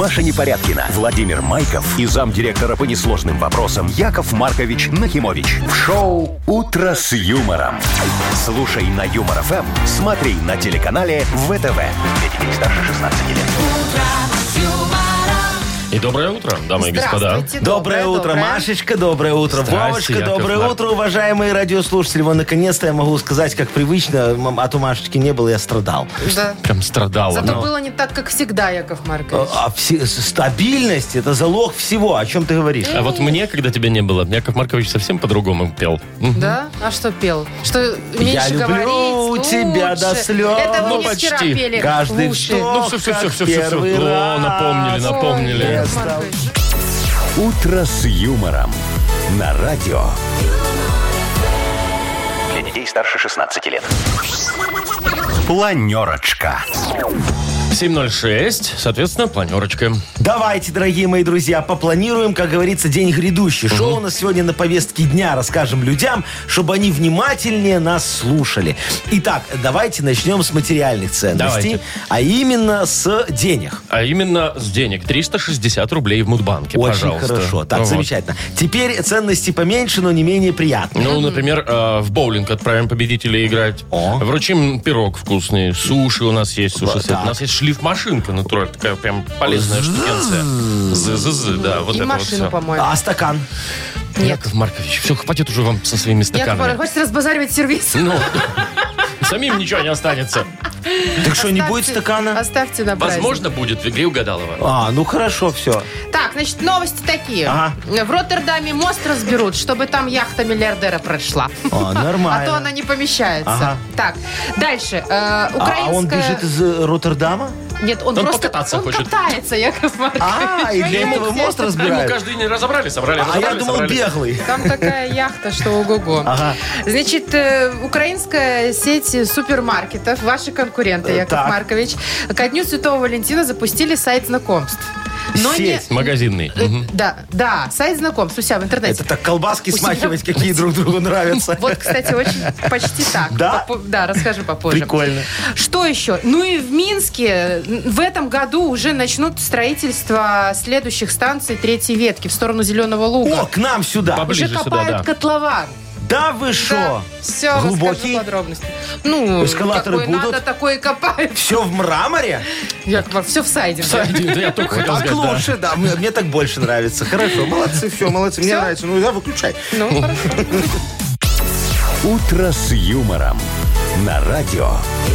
Маша Непорядкина, Владимир Майков и замдиректора по несложным вопросам Яков Маркович Нахимович. В шоу «Утро с юмором». Слушай на Юмор ФМ, смотри на телеканале ВТВ. Для детей старше 16 лет. И доброе утро, дамы и господа. Доброе утро, Машечка, доброе утро, Здрасте, Вовочка, доброе Яков утро, уважаемые радиослушатели. Вот, наконец-то я могу сказать, как привычно, а то Машечки не было, я страдал. Да. Прям страдала. Зато было не так, как всегда, Яков Маркович. Стабильность – это залог всего. О чем ты говоришь? А вот мне, когда тебя не было, Яков Маркович совсем по-другому пел. Да? А что пел? Что меньше люблю говорить, тебя лучше. до слез. Это Ну, вы мне вчера почти. пели Каждый в уши. вздох. Ну, все. первый О, раз. напомнили. Ой, Яков Маркович. «Утро с юмором» на радио. Для детей старше 16 лет. Планерочка. 7:06, соответственно, планерочка. Давайте, дорогие мои друзья, попланируем, как говорится, день грядущий. Что у нас сегодня на повестке дня? Расскажем людям, чтобы они внимательнее нас слушали. Итак, давайте начнем с материальных ценностей, Давайте. а именно с денег. А именно с денег. 360 рублей в Мудбанке, Очень пожалуйста. хорошо. Так, Вот. замечательно. Теперь ценности поменьше, но не менее приятные. Ну, например, в боулинг отправим победителей играть. О. Вручим пирог вкусный. Суши у нас есть, суши-сет. Так. У нас есть шлифмашинка натуральная, такая прям полезная штукенция. Зы-зы-зы, да, вот И это вот машину, все. по-моему. А стакан? Нет. Яков Маркович, все, хватит уже вам со своими Яков Маркович, стаканами. хочется разбазаривать сервис? Ну, самим ничего не останется. Так что, не будет стакана? Оставьте на праздник. Возможно, будет в игре угадалова. А, ну хорошо, все. Так, значит, новости такие. Ага. В Роттердаме мост разберут, чтобы там яхта миллиардера прошла. А, нормально. А то она не помещается. Ага. Так, дальше. А Украинская... он бежит из Роттердама? Нет, он Он просто покататься он хочет. катается, Яков Маркович. А, и для Ему этого где-то мост там- Ему разбирают? каждый день разобрали, собрали, А я думал, собрали. беглый. Там такая яхта, что ого-го. Ага. Значит, украинская сеть супермаркетов, ваши конкуренты, Яков Так. Маркович, ко Дню Святого Валентина запустили сайт знакомств. Но Сеть. Магазинный. Мгм. Да, сайт знакомств у себя в интернете. Это так колбаски У себя- смахивать, какие друг другу нравятся. Вот, кстати, очень почти так. Да? Да, расскажу попозже. Прикольно. Что еще? Ну и в Минске в этом году уже начнут строительство следующих станций третьей ветки в сторону Зеленого Луга. О, к нам сюда. Поближе Уже сюда, копают да. котлован. Да вы шо? Все, Глубокий? расскажу подробности. Ну, Эскалаторы какой будут? надо, такой и копают. Все в мраморе? Все в сайде. Да, я только хотел Так сказать, да. лучше, да. Мне так больше нравится. Хорошо, молодцы, все, молодцы. Мне Всё? нравится. Ну да, выключай. Ну, хорошо. «Утро с юмором» на радио.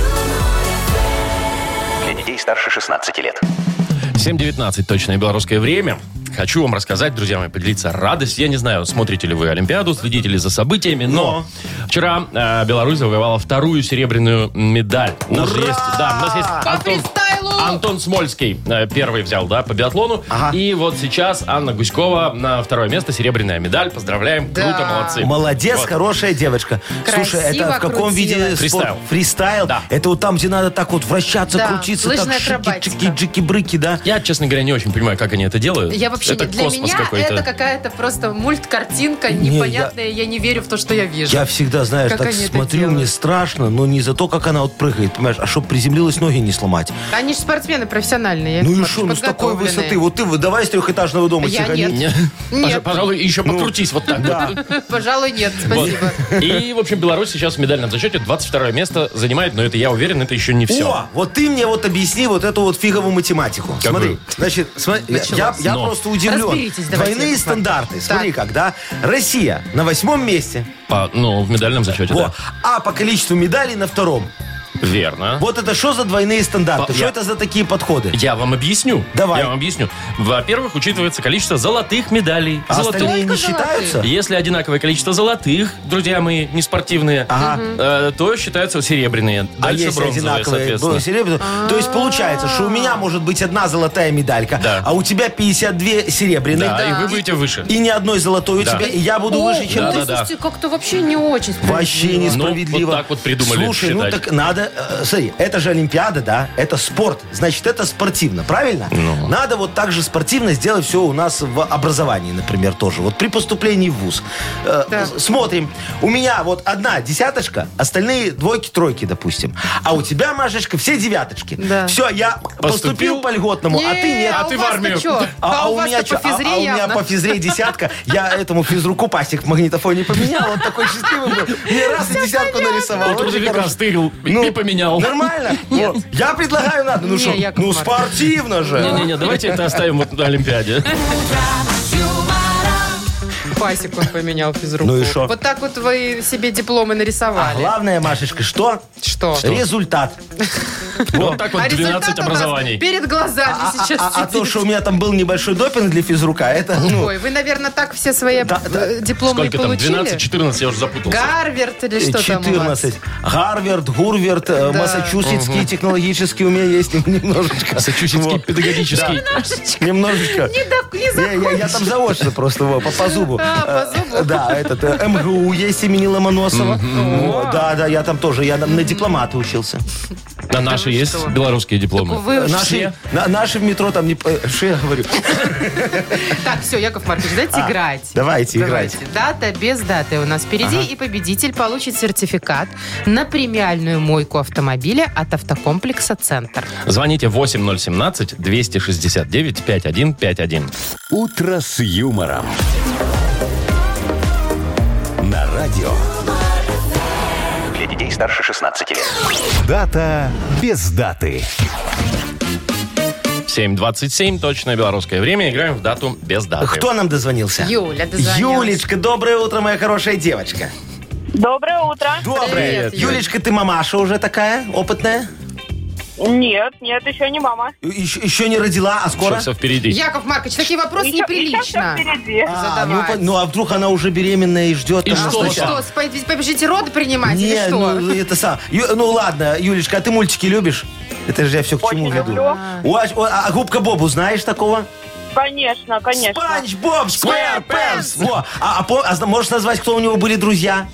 Для детей старше 16 лет. 7:19 точное белорусское время. Хочу вам рассказать, друзья мои, поделиться радостью. Я не знаю, смотрите ли вы Олимпиаду, следите ли за событиями, но вчера Беларусь завоевала вторую серебряную медаль. У нас же есть, да, у нас есть По фристайлу! Антон Смольский первый взял, да, по биатлону. Ага. И вот сейчас Анна Гуськова на второе место, серебряная медаль. Поздравляем, Да. круто, молодцы. Молодец, Вот. хорошая девочка. Слушай, это в каком красиво виде крутилась. спорт? Фристайл. Фристайл? Да. Это вот там, где надо так вот вращаться, Да, крутиться, лыжная так акробатика. чики-джики-брыки, да? Я, честно говоря, не очень понимаю, как они это делают. Я вообще это для космос меня какой-то. это какая-то просто мульт-картинка Не, непонятная. Я не верю в то, что я вижу. Я всегда, знаешь, Как так они это смотрю, делают? мне страшно, но не за то, как она вот прыгает, понимаешь, а чтоб приземлилась, ноги не сломать. Они же спортсмены профессиональные. Ну и Яков что, ну с такой подготовленные. высоты, вот ты давай с трехэтажного дома Я сигари. нет. Не. Нет. Пожалуй, еще покрутись вот так. Да. Пожалуй, нет, Вот. спасибо. И, в общем, Беларусь сейчас в медальном зачете 22 место занимает, но это, я уверен, это еще не все. О, вот ты мне вот объясни вот эту вот фиговую математику. Какую? Смотри, значит, я Но. просто удивлен. Разберитесь, давайте, Двойные Яков Маркович. стандарты. Смотри, когда Россия на 8 месте, В медальном зачете, во, да. а по количеству медалей на 2. Верно. Вот это что за двойные стандарты? Что Я- это за такие подходы? Я вам объясню. Давай. Я вам объясню. Во-первых, учитывается количество золотых медалей. А остальные не Только считаются? Если одинаковое количество золотых, друзья мои, не спортивные, то считаются серебряные. А Дальше если бронзовые, одинаковые, соответственно. серебряные, то есть получается, что у меня может быть одна золотая медалька, Да. а у тебя 52 серебряных. Да, и вы будете выше. И ни одной золотой у Да. тебя, и я буду выше, чем да, ты. да. Слушайте, как-то вообще не очень справедливо. Вообще несправедливо. Ну, вот так вот придумали Слушай, считать. ну так надо смотри, это же Олимпиада, да? Это спорт. Значит, это спортивно, правильно? Надо вот так же спортивно сделать все у нас в образовании, например, тоже. Вот при поступлении в вуз. Смотрим. У меня вот одна десяточка, остальные двойки, тройки, допустим. А у тебя, Машечка, все девяточки. Да. Все, я поступил по льготному, а ты нет. А ты в армию. А у у меня вас-то что? по физре у меня явно. по физре десятка. Я этому физруку пастик в магнитофоне поменял. Он такой счастливый был. Мне раз и десятку нарисовал. У Очень трудовика хорошо. стырил и поменял. Нормально? Вот. Я предлагаю, надо. Ну Не, что? Яков Ну Маркович. спортивно же. Не-не-не, давайте это оставим вот на Олимпиаде. Пасик он поменял физруку. Ну и шо? Вот так вот вы себе дипломы А нарисовали. главное, Машечка, что? Что? Результат. Вот так вот А 12 результат у вас образований. перед глазами сейчас А то, сидит. что у меня там был небольшой допинг для физрука, это, ну, Ой, вы, наверное, так все свои дипломы и Сколько там? получили? 12-14, я уже запутался. Гарвард или что там у вас? 14. Гарвард, Гурверт, Массачусетский технологический у меня есть немножечко. Массачусетский Вот. педагогический. Немножечко. Я там заочно просто по зубу. А, по зубу? Да, этот МГУ есть имени Ломоносова. Вот, Да, я там тоже, я на дипломата учился. На наши есть белорусские дипломы? Вы Наши в метро там не... Что я говорю? Так, все, Яков Маркович, давайте играть. Давайте, играйте. Дата без даты у нас впереди, и победитель получит сертификат на премиальную мойку автомобиля от автокомплекса «Центр». Звоните 8017-269-5151. «Утро с юмором». На радио. Для детей старше 16 лет. Дата без даты. 7:27, точное белорусское время. Играем в дату без даты. Кто нам дозвонился? Юля дозвонилась. Юлечка, доброе утро, моя хорошая девочка. Доброе утро. Доброе. Привет, Юль. Юлечка, ты мамаша уже такая, опытная? Нет, еще не мама. Еще не родила, а скоро? Все впереди. Яков Маркович, такие вопросы Еще неприлично. всё впереди. задавать. А вдруг она уже беременная и ждет? И там что? сначала? Что, побежите роды принимать или Не, что? ну это сам. Ну ладно, Юлечка, а ты мультики любишь? Это же я все к чему Очень веду. люблю. А губка Бобу знаешь такого? Конечно, конечно. Спанч Боб Сквэрпэнс. Во. А можешь назвать, кто у него были друзья?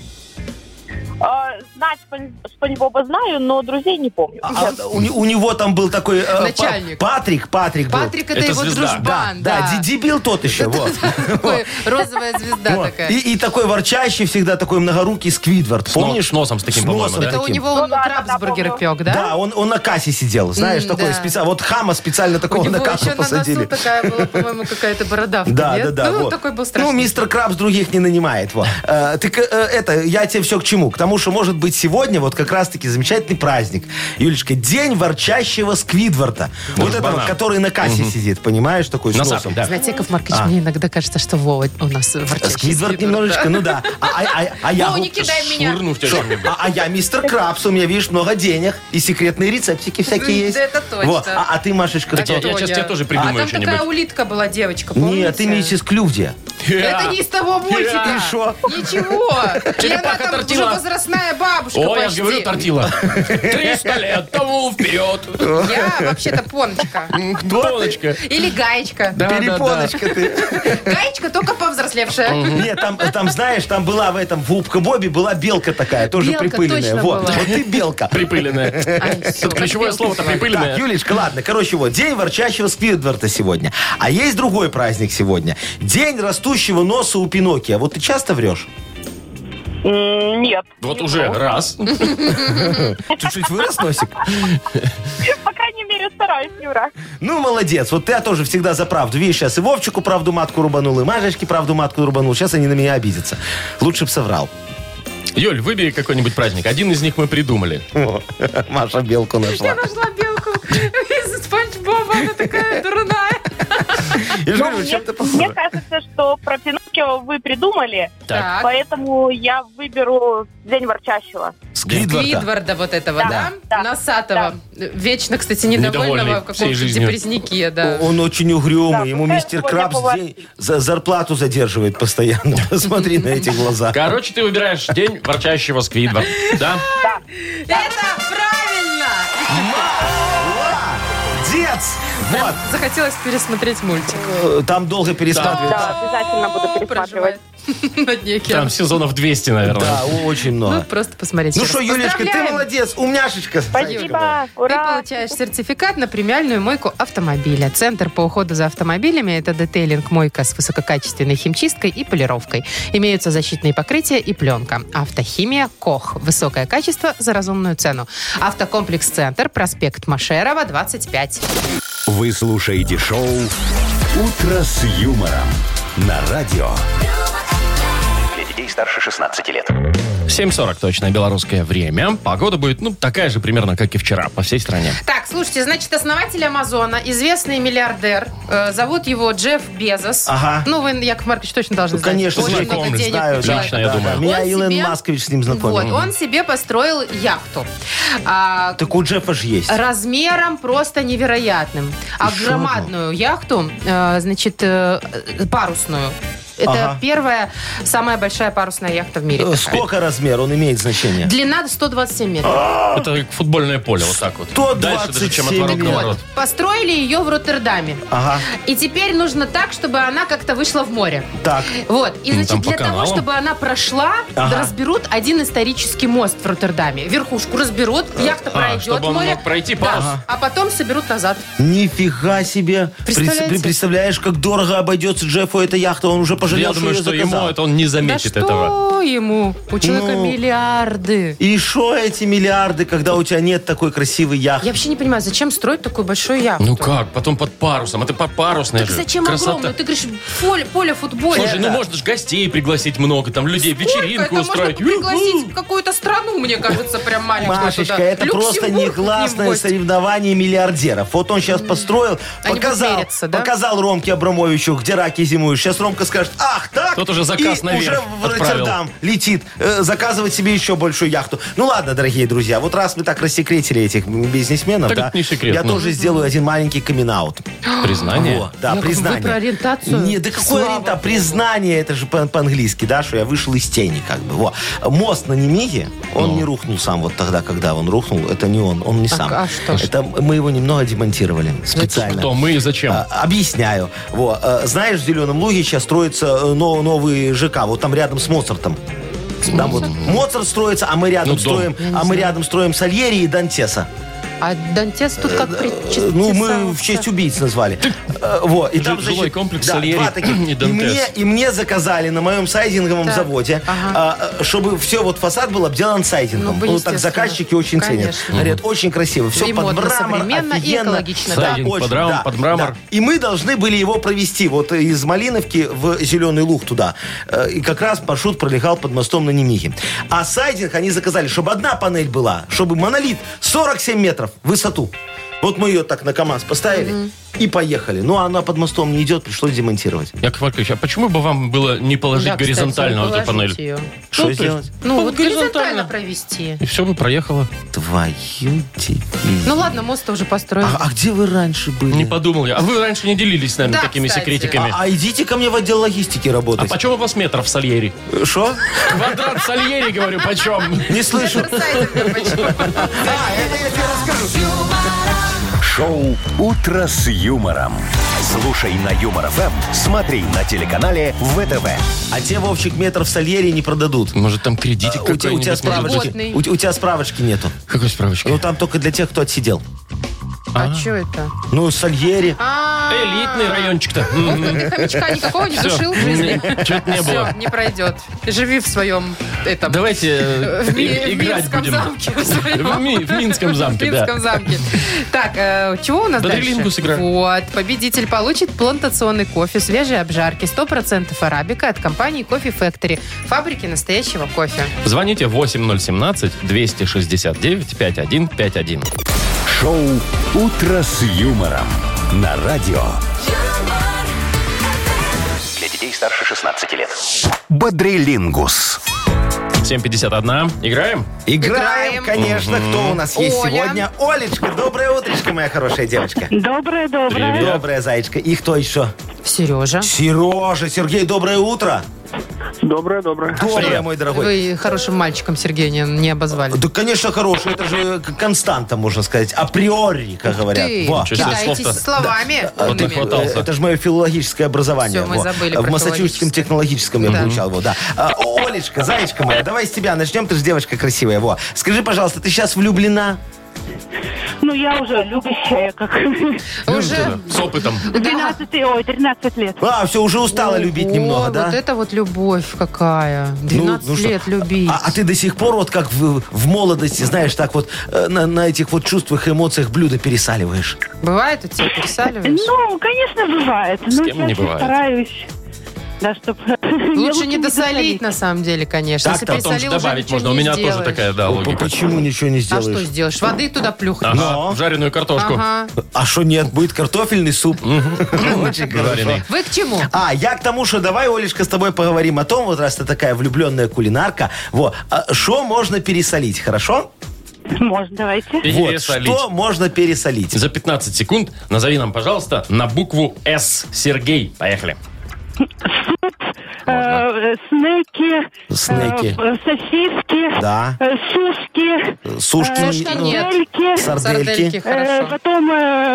Знать Спанч Боба знаю, но друзей не помню. У него там был такой... Начальник. Патрик был. Патрик это Это его звезда. дружбан, Да, дебил тот еще. Вот. Такой розовая звезда Вот. такая. И такой ворчащий всегда, такой многорукий Сквидвард. Помнишь? С носом с таким, по-моему, да? Это у него Ну да, крабсбургер да, пек, да? Да, он на кассе сидел, знаешь, такой да. специально. Вот хама специально У такого на него кассу еще на посадили. носу такая была, по-моему, какая-то бородавка. Да, нет? да. Ну, вот. такой был Ну, страшный. мистер Крабс других не нанимает. Вот. Я тебе все к чему? К тому, что, может быть, сегодня вот как раз-таки замечательный праздник. Юлечка, день ворчащего Сквидварда. Вот это Дружбана. вот, который на кассе сидит, понимаешь, такой с Носом, носом. да. Знаете, Яков Маркович, мне иногда кажется, что Вова у нас ворчащий Сквидвард немножечко, ну да. А я... Вова, не кидай меня. Швырну в тебя чем-нибудь. А я мистер Крабс, у меня, видишь, много денег. И секретные рецептики всякие есть. Это точно. Вот. А ты, Машечка, кто? Я сейчас тебе тоже придумаю А там что-нибудь. такая улитка была, девочка, помните? Нет, ты миссис Клювдия. Это не из того мультика. И шо? Ничего. И она там уже Тортила. возрастная бабушка О, я почти. же говорю, тортила. 300 лет тому вперед. Я вообще-то пончика. Доночка. Или гаечка. Да. Перепоночка ты. Гаечка только повзрослевшая. Нет, там, знаешь, там была в Губка Бобби была белка такая, тоже Белка припыленная. точно Вот, была. вот ты белка. Припыленная. Ай, всё, Тут как ключевое белка слово-то была. Так, припыленная. Юлечка, ладно, короче, вот, день ворчащего Сквидварда сегодня. А есть другой праздник сегодня. День растущего носа у Пиноккио. Вот ты часто врешь? Нет. Вот уже раз. Чуть-чуть вырос носик? По крайней мере, стараюсь, Юра. Ну, молодец. Вот ты тоже всегда за правду. Видишь, сейчас и Вовчику правду матку рубанул, и Машечке правду матку рубанул. Сейчас они на меня обидятся. Лучше б соврал. Юль, выбери какой-нибудь праздник. Один из них мы придумали. О, Маша белку нашла. Я нашла белку из Спанч Боба, она такая дурная. Я же Но говорю, мне, чем ты мне похожа? кажется, что про Пиноккио вы придумали, Так. поэтому я выберу День ворчащего. Сквидварда. Сквидварда вот этого, да? Да. Носатого. Вечно, кстати, недовольного Недовольный в всей каком-то жизнью. депресснике, да. Он очень угрюмый. Да, Ему пускай мистер сегодня Крабс повар- зарплату задерживает постоянно. Посмотри на эти глаза. Короче, ты выбираешь день ворчащего Сквидварда. Да? Это правильно! Молодец! Вот. Захотелось пересмотреть мультик. Там долго пересматривать. Да, обязательно буду пересматривать. На дне океана. Там сезонов 200, наверное. Да, очень Ну, много. просто посмотреть. Ну еще что, раз. Юлечка, ты Поздравляем! молодец, умняшечка. Спасибо, Ты ура! получаешь сертификат на премиальную мойку автомобиля. Центр по уходу за автомобилями – это детейлинг-мойка с высококачественной химчисткой и полировкой. Имеются защитные покрытия и пленка. Автохимия «Кох». Высокое качество за разумную цену. Автокомплекс «Центр», проспект Машерова, 25. Вы слушаете шоу «Утро с юмором» на радио. Для детей старше 16 лет. 7:40 точное белорусское время. Погода будет, такая же примерно, как и вчера, по всей стране. Так, слушайте, значит, основатель Амазона, известный миллиардер, зовут его Джефф Безос. Ага. Ну, вы, Яков Маркович, точно должны знать. Конечно, Очень много знакомлюсь, денег знаю, у человека. лично, я думаю. Меня Он Илон себе- Маскович с ним знакомил. Вот, он себе построил яхту. Так у Джеффа же есть. Размером просто невероятным. А шо громадную яхту, парусную. Это Ага. первая, самая большая парусная яхта в мире. такая. Сколько размер? Он имеет значение? Длина 127 метров. Это как футбольное поле, вот так вот. 127 Дальше даже, чем от ворот до метров. ворот. Построили ее в Роттердаме. Ага. И теперь нужно так, чтобы она как-то вышла в море. Так. Вот. И, значит, там по для того, каналам. чтобы она прошла, Ага. разберут один исторический мост в Роттердаме. Верхушку разберут, яхта пройдет чтобы в он море. мог пройти Да. парус. А потом соберут назад. Нифига себе. Представляете? Представляешь, как дорого обойдется Джеффу эта яхта? Он уже пожалел, Я думаю, ее что заказал. ему это он не Да заметит что этого. ему? У человека Ну. миллиарды. И шо эти миллиарды, когда у тебя нет такой красивой яхты? Я вообще не понимаю, зачем строить такую большую яхту? Ну как? Потом под парусом. Это парусная Так же. зачем Красота. огромную? Ты говоришь, поле футбольное. Слушай, можно же гостей пригласить много, там людей, вечеринку Это устроить. можно пригласить в какую-то страну, мне кажется, прям маленькую. Машечка, туда. это просто Люксембург к ним в негласное гости. соревнование миллиардеров. Вот он сейчас построил, Они показал, будут мериться, да? показал Ромке Абрамовичу, где раки зимуют. Сейчас Ромка скажет, ах, так? Тот уже заказ и наверх уже в отправил. Роттердам летит заказывать себе еще большую яхту. Ну ладно, дорогие друзья, вот раз мы так рассекретили этих бизнесменов, Так да, это не секрет, я ну. тоже сделаю один маленький камин-аут. Признание. Во, да, Яков, вы признание. про ориентацию? Не, да какое Слава ориентация? Богу. Признание, это же по-английски, да, что я вышел из тени, как бы. Во. Мост на Немиге, он не рухнул сам вот тогда, когда он рухнул. Это не он не сам. а что ж? Это мы его немного демонтировали специально. Кто мы и зачем? Объясняю. Во. Знаешь, в Зеленом Луге сейчас строится новый ЖК, вот там рядом с Моцартом. Там вот Моцарт строится, а мы рядом строим Сальери и Дантеса. А Дантес тут как Ну, мы в честь убийц назвали. Вот. И там, Жилой значит, комплекс да, Сальери два таких. и Дантес. И мне заказали на моем сайдинговом Так. заводе, чтобы все вот фасад был обделан сайдингом. Ну, так естественно. заказчики очень ценят. Конечно. Говорят, очень красиво. Все И под модно, мрамор, современно и офигенно. экологично, Да, Сайдинг очень, под мрамор. да. И мы должны были его провести вот из Малиновки в Зеленый Луг туда. И как раз маршрут пролегал под мостом на Немиге. А сайдинг они заказали, чтобы одна панель была, чтобы монолит 47 метров в высоту. Вот мы ее так на КамАЗ поставили и поехали. Ну, а она под мостом не идет, пришлось демонтировать. Яков Маркович, а почему бы вам было не положить Да, кстати, горизонтально вот эту положить панель? ее. Что то есть- сделать? Ну, вот горизонтально. горизонтально провести. И все бы проехало. Твою дивизию. Ну ладно, мост уже построен. А где вы раньше были? Не подумал я. А вы раньше не делились с нами Да, такими кстати. секретиками. А идите ко мне в отдел логистики А работать. почем у вас метров в Сальери? Что? Квадрат Сальери, говорю, почем? Не слышу. Шоу «Утро с юмором». Слушай на Юмор ФМ, смотри на телеканале ВТВ. А те, Вовчик, метров в Сальери не продадут. Может, там кредитик У тебя какой-нибудь может справочки, быть? у тебя справочки нету. Какой справочки? Ну, там только для тех, кто отсидел. А что это? Ну, Сальери. Элитный райончик-то. Ты хомячка никакого не душил в жизни? Чего-то не было. Все, не пройдет. Живи в своем этом... Давайте В играть Минском будем. замке. в своем. В Минском замке, В да. Минском замке. Так, чего у нас Бодрилингус дальше? игра. Вот. Победитель получит плантационный кофе свежей обжарки 100% арабика от компании Coffee Factory. Фабрики настоящего кофе. Звоните 8017-269-5151. Шоу «Утро с юмором» на радио. Для детей старше 16 лет. Бодрилингус. 7:51. Играем? Играем, конечно. Кто у нас есть Оля. сегодня? Олечка, доброе утречко, моя хорошая девочка. Доброе. Привет. Доброе, зайчка. И кто еще? Сережа. Сережа. Сергей, доброе утро. Доброе. Доброе, мой дорогой. Вы хорошим мальчиком Сергея не обозвали. Да, конечно, хороший. Это же константа, можно сказать. Априори, как говорят. Ты Во. Чё себе кидаетесь слов-то? словами. Вот умными. нахватался. Это же мое филологическое образование. Всё, мы Во. забыли В про Массачусетском технологическом я Да. получал. Вот, да. Олечка, зайчка моя, давай с тебя начнем. Ты же девочка красивая. Во. Скажи, пожалуйста, ты сейчас влюблена? Ну, я уже любящая, как Уже С опытом. 13 лет. Все, уже устала любить Ой, немного, да? Вот это вот любовь какая. 12 ну что? лет любить. А ты до сих пор вот как в молодости, знаешь, так вот на этих вот чувствах и эмоциях блюда пересаливаешь? Бывает у тебя пересаливаешь? Ну, конечно, бывает. Но кем не чаще бывает? стараюсь. Да, чтоб... Лучше не досолить, на самом деле, конечно. Так, Если так, Потом же пересолил, уже добавить ничего можно. У не меня тоже сделаешь. такая, да, логика. Почему ничего не А что сделаешь? сделаешь? Воды туда плюхнешь. Ага, в жареную картошку. Ага. А что нет, будет картофельный суп. Очень Жареный. хорошо. Вы к чему? Я к тому, что давай, Олечка, с тобой поговорим о том, вот раз ты такая влюбленная кулинарка, что можно пересолить, хорошо? Можно, давайте. Вот, Пересолить. что можно пересолить? За 15 секунд назови нам, пожалуйста, на букву «С». Сергей. Поехали. Снеки. Снеки. Сосиски. Да. Сушки. Сушки, Сушки нет. Сардельки. сардельки. Хорошо. Потом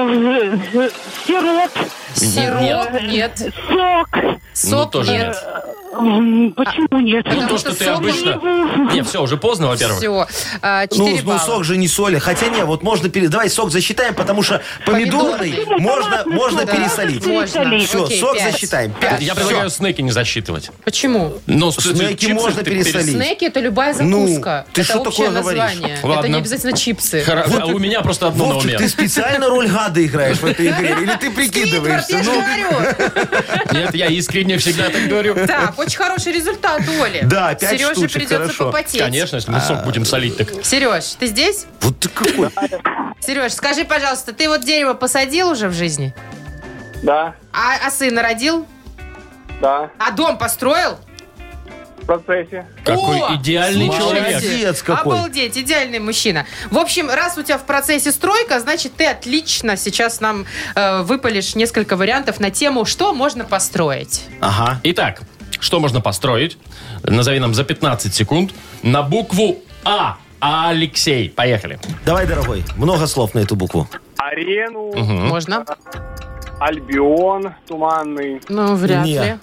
сироп. Сироп нет. Сок. Сок тоже нет. Почему нет? Потому То, что что ты сок обычно... Не, все, уже поздно, во-первых. Все. 4 Ну, балла. сок же не соли. Хотя не, вот можно... Давай сок засчитаем, потому что помидорный можно Да. пересолить. Можно. Все, Окей, сок 5. засчитаем. 5. Я предлагаю снеки не засчитывать. Почему? Но Снеки чипсы можно ты пересолить. Снеки — это любая Ну, закуска. ты это что общее такое говоришь? название. Это Ладно. не обязательно чипсы. А у меня просто одно на Вовчик, уме. ты специально роль гада играешь в этой игре? Или ты Сквидвард, прикидываешься? я же Ну, говорю. Нет, я искренне всегда так говорю. Так, очень хороший результат, Оля. Да, 5 Сереже штучек, придется хорошо. попотеть. Конечно, если мы сок будем солить, так... Сереж, ты здесь? вот ты какой. Сереж, скажи, пожалуйста, ты вот дерево посадил уже в жизни? Да, А сына родил? да, А дом построил? в процессе. Какой О, идеальный слушай, человек. молодец какой. Обалдеть, идеальный мужчина. В общем, раз у тебя в процессе стройка, значит, ты отлично сейчас нам выпалишь несколько вариантов на тему, что можно построить. Ага. Итак, что можно построить? Назови нам за 15 секунд на букву А. Алексей. Поехали. Давай, дорогой, много слов на эту букву. Арену, Можно? Альбион, Туманный. Ну, вряд Не. ли.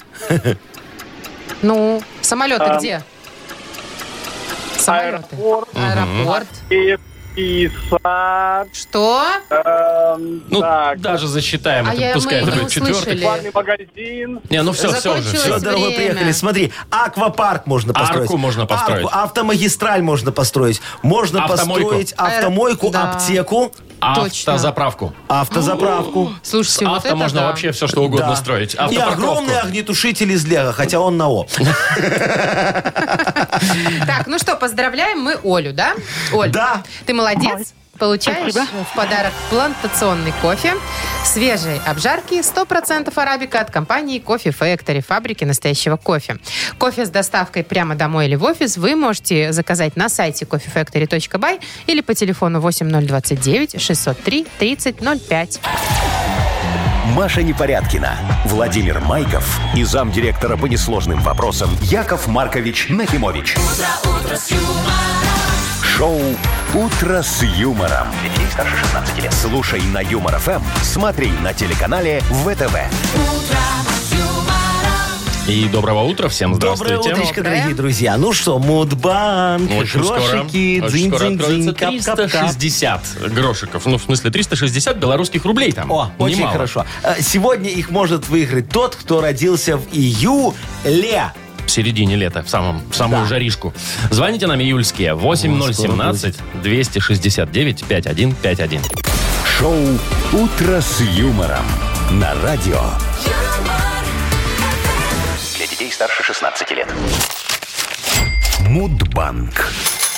Ну, самолеты где? Самолеты. Аэропорт. Аэропорт. И сад. Что? Ну, Так. даже засчитаем. А Это мы пускай это не будет четвертый. услышали. Банный магазин. Не, ну все уже. Закончилось. Все, дорогой, время. приехали. Смотри, аквапарк можно построить. Арку можно построить. Арку, автомагистраль можно построить. Можно Автомойку. построить автомойку, Да. аптеку, Точно. Автозаправку. автозаправку. Слушайте, вот Авто это можно да. вообще все, что угодно Да. строить. И Автопарковку. огромный огнетушитель из Лего, хотя он на О. Так, ну что, поздравляем мы Олю, да? Оль, Да. ты молодец. Получаешь в подарок плантационный кофе, свежей обжарки, 100% арабика от компании Coffee Factory, фабрики настоящего кофе. Кофе с доставкой прямо домой или в офис вы можете заказать на сайте coffeefactory.by или по телефону 8029 603 3005. Маша Непорядкина, Владимир Майков и замдиректора по несложным вопросам Яков Маркович Нахимович. Шоу «Утро с юмором». Для детей старше 16 лет. Слушай на Юмор ФМ, смотри на телеканале ВТВ. И доброго утра всем. Доброе Здравствуйте. утречко, Доброе. дорогие друзья. Ну что, Мудбанк, Очень скоро, грошики, очень скоро откроется дзынь-дзынь-дзынь, кап-кап-кап. 360 грошиков. Ну, в смысле, 360 белорусских рублей там. О, очень Немало. хорошо. Сегодня их может выиграть тот, кто родился в июле. В середине лета, в самую Да. жаришку. Звоните нам июльские 8017-269-5151. Шоу «Утро с юмором» на радио. Для детей старше 16 лет. Мудбанк.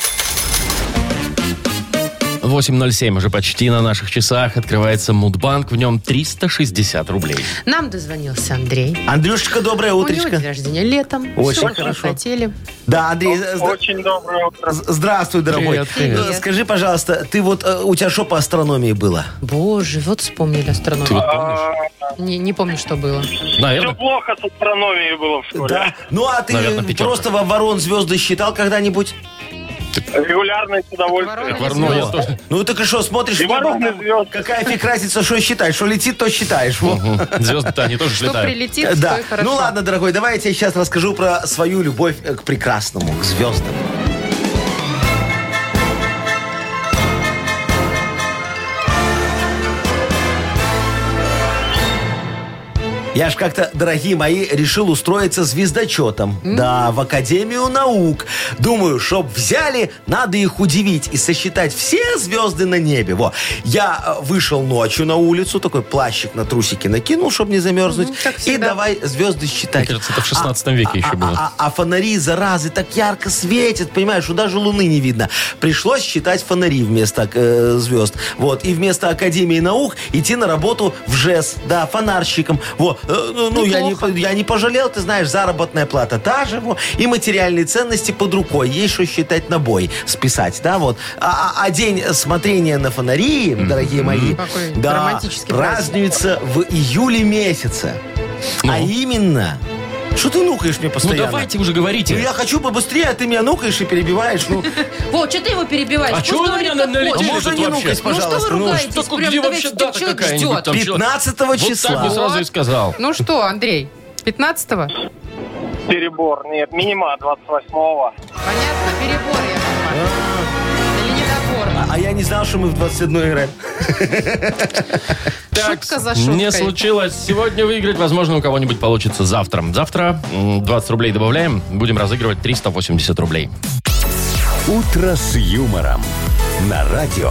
8:07 уже почти на наших часах. Открывается Мудбанк. В нем 360 рублей. Нам дозвонился Андрей. Андрюшечка, доброе У него утречко. день рождения летом. Очень Что вы хорошо. хотели? Да, Андрей, Очень доброе утро. здравствуй, дорогой. Привет, привет. Ну, скажи, пожалуйста, ты вот у тебя что по астрономии было? Боже, вот вспомнили Ты астрономию. вот помнишь? Не помню, что было. Все Наверное. плохо с астрономией было в школе. Да. Ну, а ты Наверное, пятерка. просто ворон звезды считал когда-нибудь? Регулярно и с удовольствием. Ворона. Ну, я тоже. Ну, так и что, смотришь, И в небо, вороны, там звезды. какая фиг разница, что считаешь? Что летит, то считаешь. Во. Звезды-то они тоже Что летают. прилетит, Да. то и хорошо. Ну ладно, дорогой, давай я тебе сейчас расскажу про свою любовь к прекрасному, к звездам. Я ж как-то, дорогие мои, решил устроиться звездочетом. Да, в Академию наук. Думаю, чтоб взяли, надо их удивить и сосчитать все звезды на небе. Во. Я вышел ночью на улицу, такой плащик на трусики накинул, чтобы не замерзнуть. как И всегда. давай звезды считать. Мне кажется, это в 16 веке еще было. А фонари, заразы, так ярко светят, понимаешь, что даже луны не видно. Пришлось считать фонари вместо звезд. Вот. И вместо Академии наук идти на работу в ЖЭС. Да, фонарщиком. Вот. Я не пожалел, ты знаешь, заработная плата та же. Во. И материальные ценности под рукой. Есть что считать на бой, списать. Да, вот. А день смотрения на фонари, дорогие мои, Какой да, романтический праздник. празднуется в июле месяце. А именно... Что ты нукаешь мне Ну постоянно? давайте уже Ну, говорите. я хочу побыстрее, а ты меня нукаешь и перебиваешь. Ну, Во, что ты его перебиваешь? А Пусть чего вы говорит, меня как налетели? хочет. можно тут не вообще? нукать, Ну что пожалуйста. вы Ну, ругаетесь? Так Прям где давайте, вообще дата человек какая-нибудь ждет. там? 15 Вот числа. так бы сразу и сказал. Ну что, Андрей, 15-го? Перебор. Нет, минима 28-го. Понятно, перебор, я понимаю. Или недобор. А я не знал, что мы в 21 играем. Так, Шутка за шуткой. не случилось. Сегодня выиграть, возможно, у кого-нибудь получится завтра. Завтра 20 рублей добавляем. Будем разыгрывать 380 рублей. «Утро с юмором» на радио.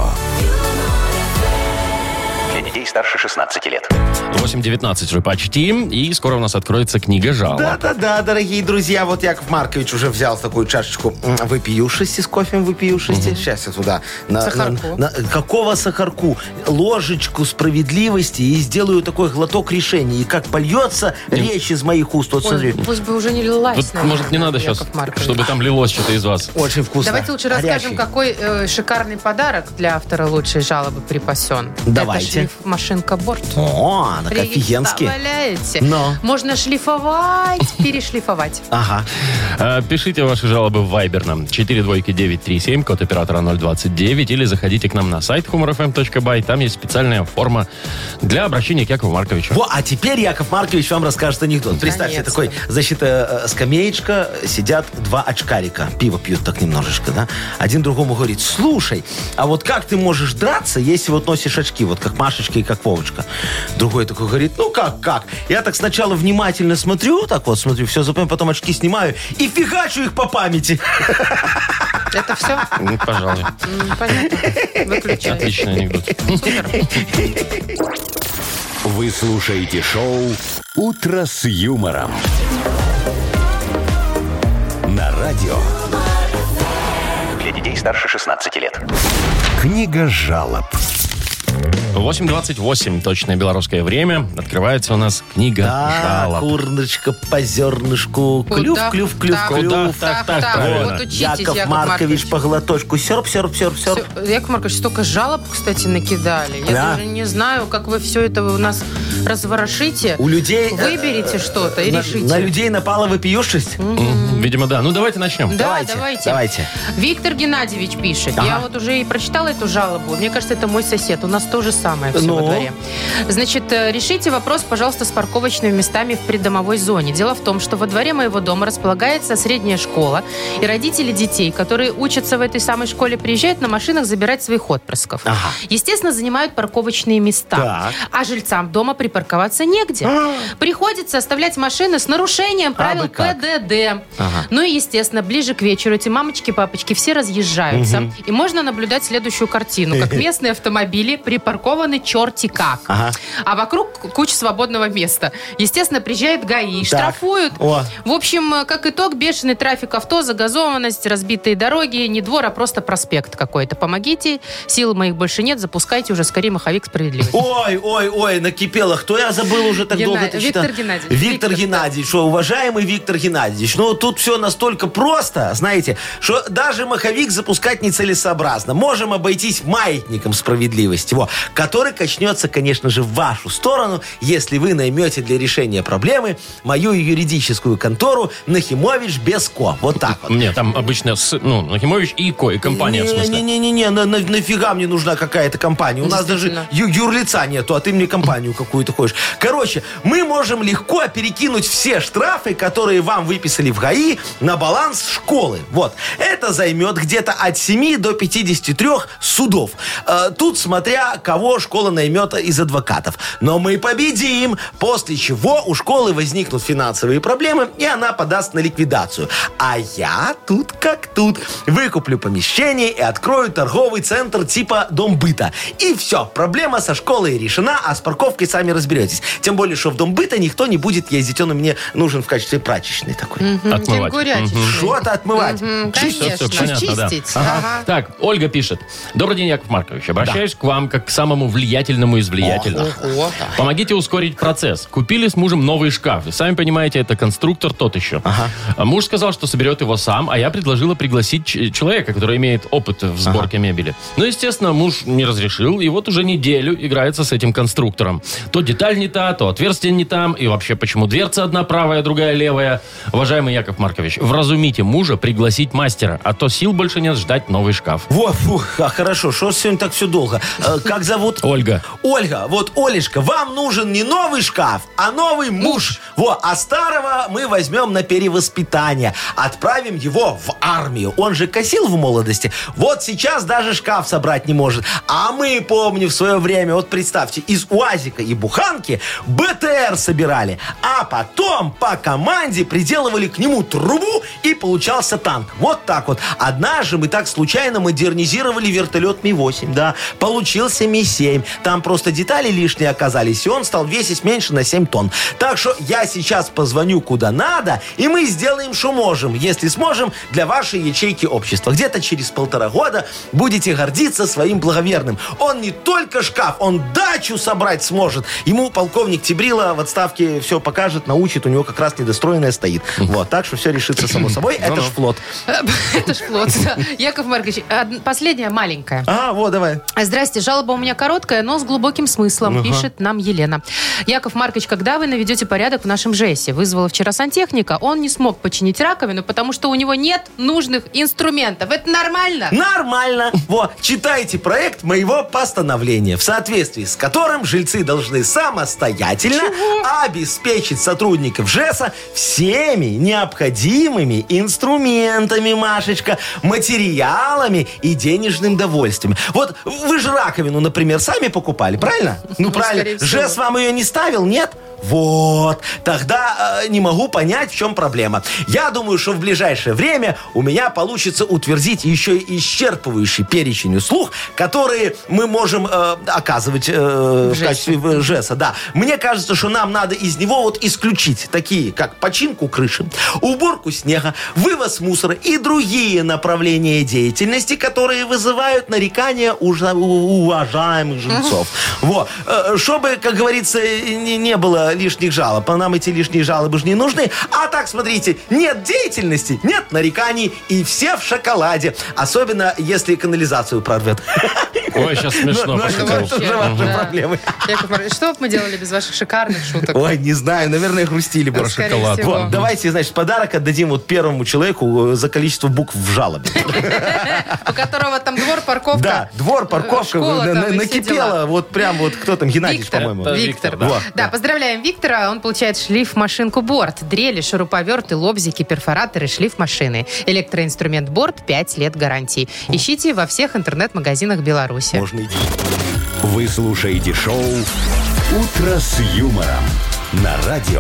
Для детей старше 16 лет. 8:19 уже почти. И скоро у нас откроется книга жалоб. Да-да-да, дорогие друзья, вот Яков Маркович уже взял такую чашечку выпиюшести с кофем выпиюшести. Сейчас я туда... Сахарку. Какого сахарку? Ложечку справедливости и сделаю такой глоток решения. И как польется речь из моих уст. Вот смотри. Ой, пусть бы уже не лилась. Вот, наверное, может, не надо сейчас, Яков Маркович. чтобы там лилось что-то из вас. Очень вкусно. Давайте лучше Горячий. расскажем, какой шикарный подарок для автора лучшей жалобы припасен. Давайте. Это шлифмашинка Борт. О, она офигенский. Представляете? Но. Можно шлифовать, перешлифовать. Ага. Пишите ваши жалобы в Viber нам 42937, код оператора 029, или заходите к нам на сайт humorfm.by. Там есть специальная форма для обращения к Якову Марковичу. Во, а теперь Яков Маркович вам расскажет анекдот. Представьте, Наконец-то. такой, значит, скамеечка, сидят два очкарика, пиво пьют так немножечко, да? Один другому говорит: слушай, а вот как ты можешь драться, если вот носишь очки, вот как Машечка и как Вовочка? Другой такой говорит: ну как? Я так сначала внимательно смотрю, все запомню, потом очки снимаю и фигачу их по памяти. Это все? Ну, пожалуй. Понятно. Выключай. Отличный анекдот. Супер. Вы слушаете шоу «Утро с юмором» на радио. Для детей старше 16 лет. Книга жалоб. 8:28, точное белорусское время. Открывается у нас книга Да, жалоб. курночка по зернышку, клюв, Куда? клюв. Куда? Так, Так, правильно. вот учитесь, Яков Маркович по глоточку. Серп. Яков Маркович, столько жалоб, кстати, накидали. Я Да. даже не знаю, как вы все это у нас разворошите. У людей... Выберите что-то и решите. На людей напала вопиюшесть? Видимо, да. Ну, давайте начнем. Да, Давайте. Виктор Геннадьевич пишет. Ага. Я вот уже и прочитала эту жалобу. Мне кажется, это мой сосед. У нас то же самое все во Ну? дворе. Значит, решите вопрос, пожалуйста, с парковочными местами в придомовой зоне. Дело в том, что во дворе моего дома располагается средняя школа, и родители детей, которые учатся в этой самой школе, приезжают на машинах забирать своих отпрысков. Ага. Естественно, занимают парковочные места. Так. А жильцам дома припарковаться негде. Приходится оставлять машины с нарушением правил бы как. ПДД. Ага. Ну и, естественно, ближе к вечеру эти мамочки, папочки все разъезжаются. И можно наблюдать следующую картину. Как местные автомобили припаркованы черти как. Ага. А вокруг куча свободного места. Естественно, приезжает ГАИ, штрафуют. О. В общем, как итог, бешеный трафик авто, загазованность, разбитые дороги, не двор, а просто проспект какой-то. Помогите, сил моих больше нет, запускайте уже скорее маховик справедливости. Ой, накипело А кто я забыл уже так долго? Виктор Геннадьевич. Виктор Геннадьевич. Что, уважаемый Виктор Геннадьевич, ну тут все настолько просто, знаете, что даже маховик запускать нецелесообразно. Можем обойтись маятником справедливости, который качнется, конечно же, в вашу сторону, если вы наймете для решения проблемы мою юридическую контору Нахимович без Ко. Вот так вот. Нет, там обычно Нахимович и Ко, и компания, в смысле. Не-не-не, нафига мне нужна какая-то компания? У нас даже юрлица нету, а ты мне компанию какую-то хочешь. Короче, мы можем легко перекинуть все штрафы, которые вам выписали в ГАИ, на баланс школы. Вот. Это займет где-то от 7 до 53 судов. Тут смотря, кого школа наймет из адвокатов. Но мы победим, после чего у школы возникнут финансовые проблемы, и она подаст на ликвидацию. А я тут как тут. Выкуплю помещение и открою торговый центр типа Дом быта. И все, проблема со школой решена, а с парковкой сами разберетесь. Тем более, что в Дом быта никто не будет ездить. Он мне нужен в качестве прачечной такой. Отмывать. Что-то отмывать. Конечно, понятно, да. чистить. Ага. Так, Ольга пишет. Добрый день, Яков Маркович. Обращаюсь к вам как к самому влиятельному из влиятельных. Помогите ускорить процесс. Купили с мужем новый шкаф. Сами понимаете, это конструктор тот еще. Муж сказал, что соберет его сам, а я предложила пригласить человека, который имеет опыт в сборке мебели. Но, естественно, муж не разрешил, и вот уже неделю играется с этим конструктором. То деталь не та, то отверстие не там, и вообще почему дверца одна правая, другая левая. Уважаемый Яков Маркович, вразумите мужа пригласить мастера, а то сил больше нет ждать новый шкаф. Хорошо, что ж сегодня так все долго? Как зовут? Ольга. Ольга, вот, Олечка, вам нужен не новый шкаф, а новый муж. А старого мы возьмем на перевоспитание. Отправим его в армию. Он же косил в молодости. Вот сейчас даже шкаф собрать не может. А мы, помню, в свое время, вот представьте, из УАЗика и буханки БТР собирали. А потом по команде приделывали к нему трубу, и получался танк. Вот так вот. Однажды мы так случайно модернизировали вертолет Ми-8, да. Получился Ми-7. Там просто детали лишние оказались, и он стал весить меньше на 7 тонн. Так что я сейчас позвоню куда надо, и мы сделаем, что можем, если сможем, для вашей ячейки общества. Где-то через 1,5 года будете гордиться своим благоверным. Он не только шкаф, он дачу собрать сможет. Ему полковник Тибрила в отставке все покажет, научит, у него как раз недостроенная стоит. Вот, так что все решится само собой. Это ж флот. Это ж флот, да. Яков Маркович, последняя маленькая. Вот, давай. Здрасте, жалоба у меня короткая, но с глубоким смыслом, пишет нам Елена. Яков Маркович, когда вы наведете порядок в нашем ЖЭСе? Вызвала вчера сантехника, он не смог починить раковину, потому что у него нет нужных инструментов. Это нормально? Нормально. Читайте проект моего постановления, в соответствии с которым жильцы должны самостоятельно обеспечить сотрудников ЖЭСа всеми необходимыми инструментами, Машечка, материалами и денежным довольствием. Вот вы же раковину, например, сами покупали, правильно? Ну, правильно. ЖЭС вам ее не ставил, нет? Вот. Тогда не могу понять, в чем проблема. Я думаю, что в ближайшее время у меня получится утвердить еще и исчерпывающий перечень услуг, которые мы можем оказывать в качестве ЖЭСа. Да. Мне кажется, что нам надо из него исключить такие, как починку крыши, уборку снега, вывоз мусора и другие направления деятельности, которые вызывают нарекания уважаемых жильцов. Вот. Чтобы, как говорится, не было лишних жалоб. А нам эти лишние жалобы же не нужны. А так, смотрите, нет деятельности, нет нареканий, и все в шоколаде. Особенно, если канализацию прорвет. Ой, сейчас смешно. Это же ваши проблемы. Яков Маркович, что бы мы делали без ваших шикарных шуток? Ой, не знаю, наверное, хрустили бы. Шоколад. Вот, давайте, значит, подарок отдадим первому человеку за количество букв в жалобе. У которого там двор, парковка. Да, двор, парковка. Накипело, вот прям кто там, Геннадьевич, по-моему. Виктор. Да, поздравляем Виктора. Он получает шлиф-машинку Борт. Дрели, шуруповерты, лобзики, перфораторы, шлиф-машины. Электроинструмент Борт, 5 лет гарантии. Ищите во всех интернет-магазинах Беларуси. Можно идти. Вы слушаете шоу «Утро с юмором» на радио.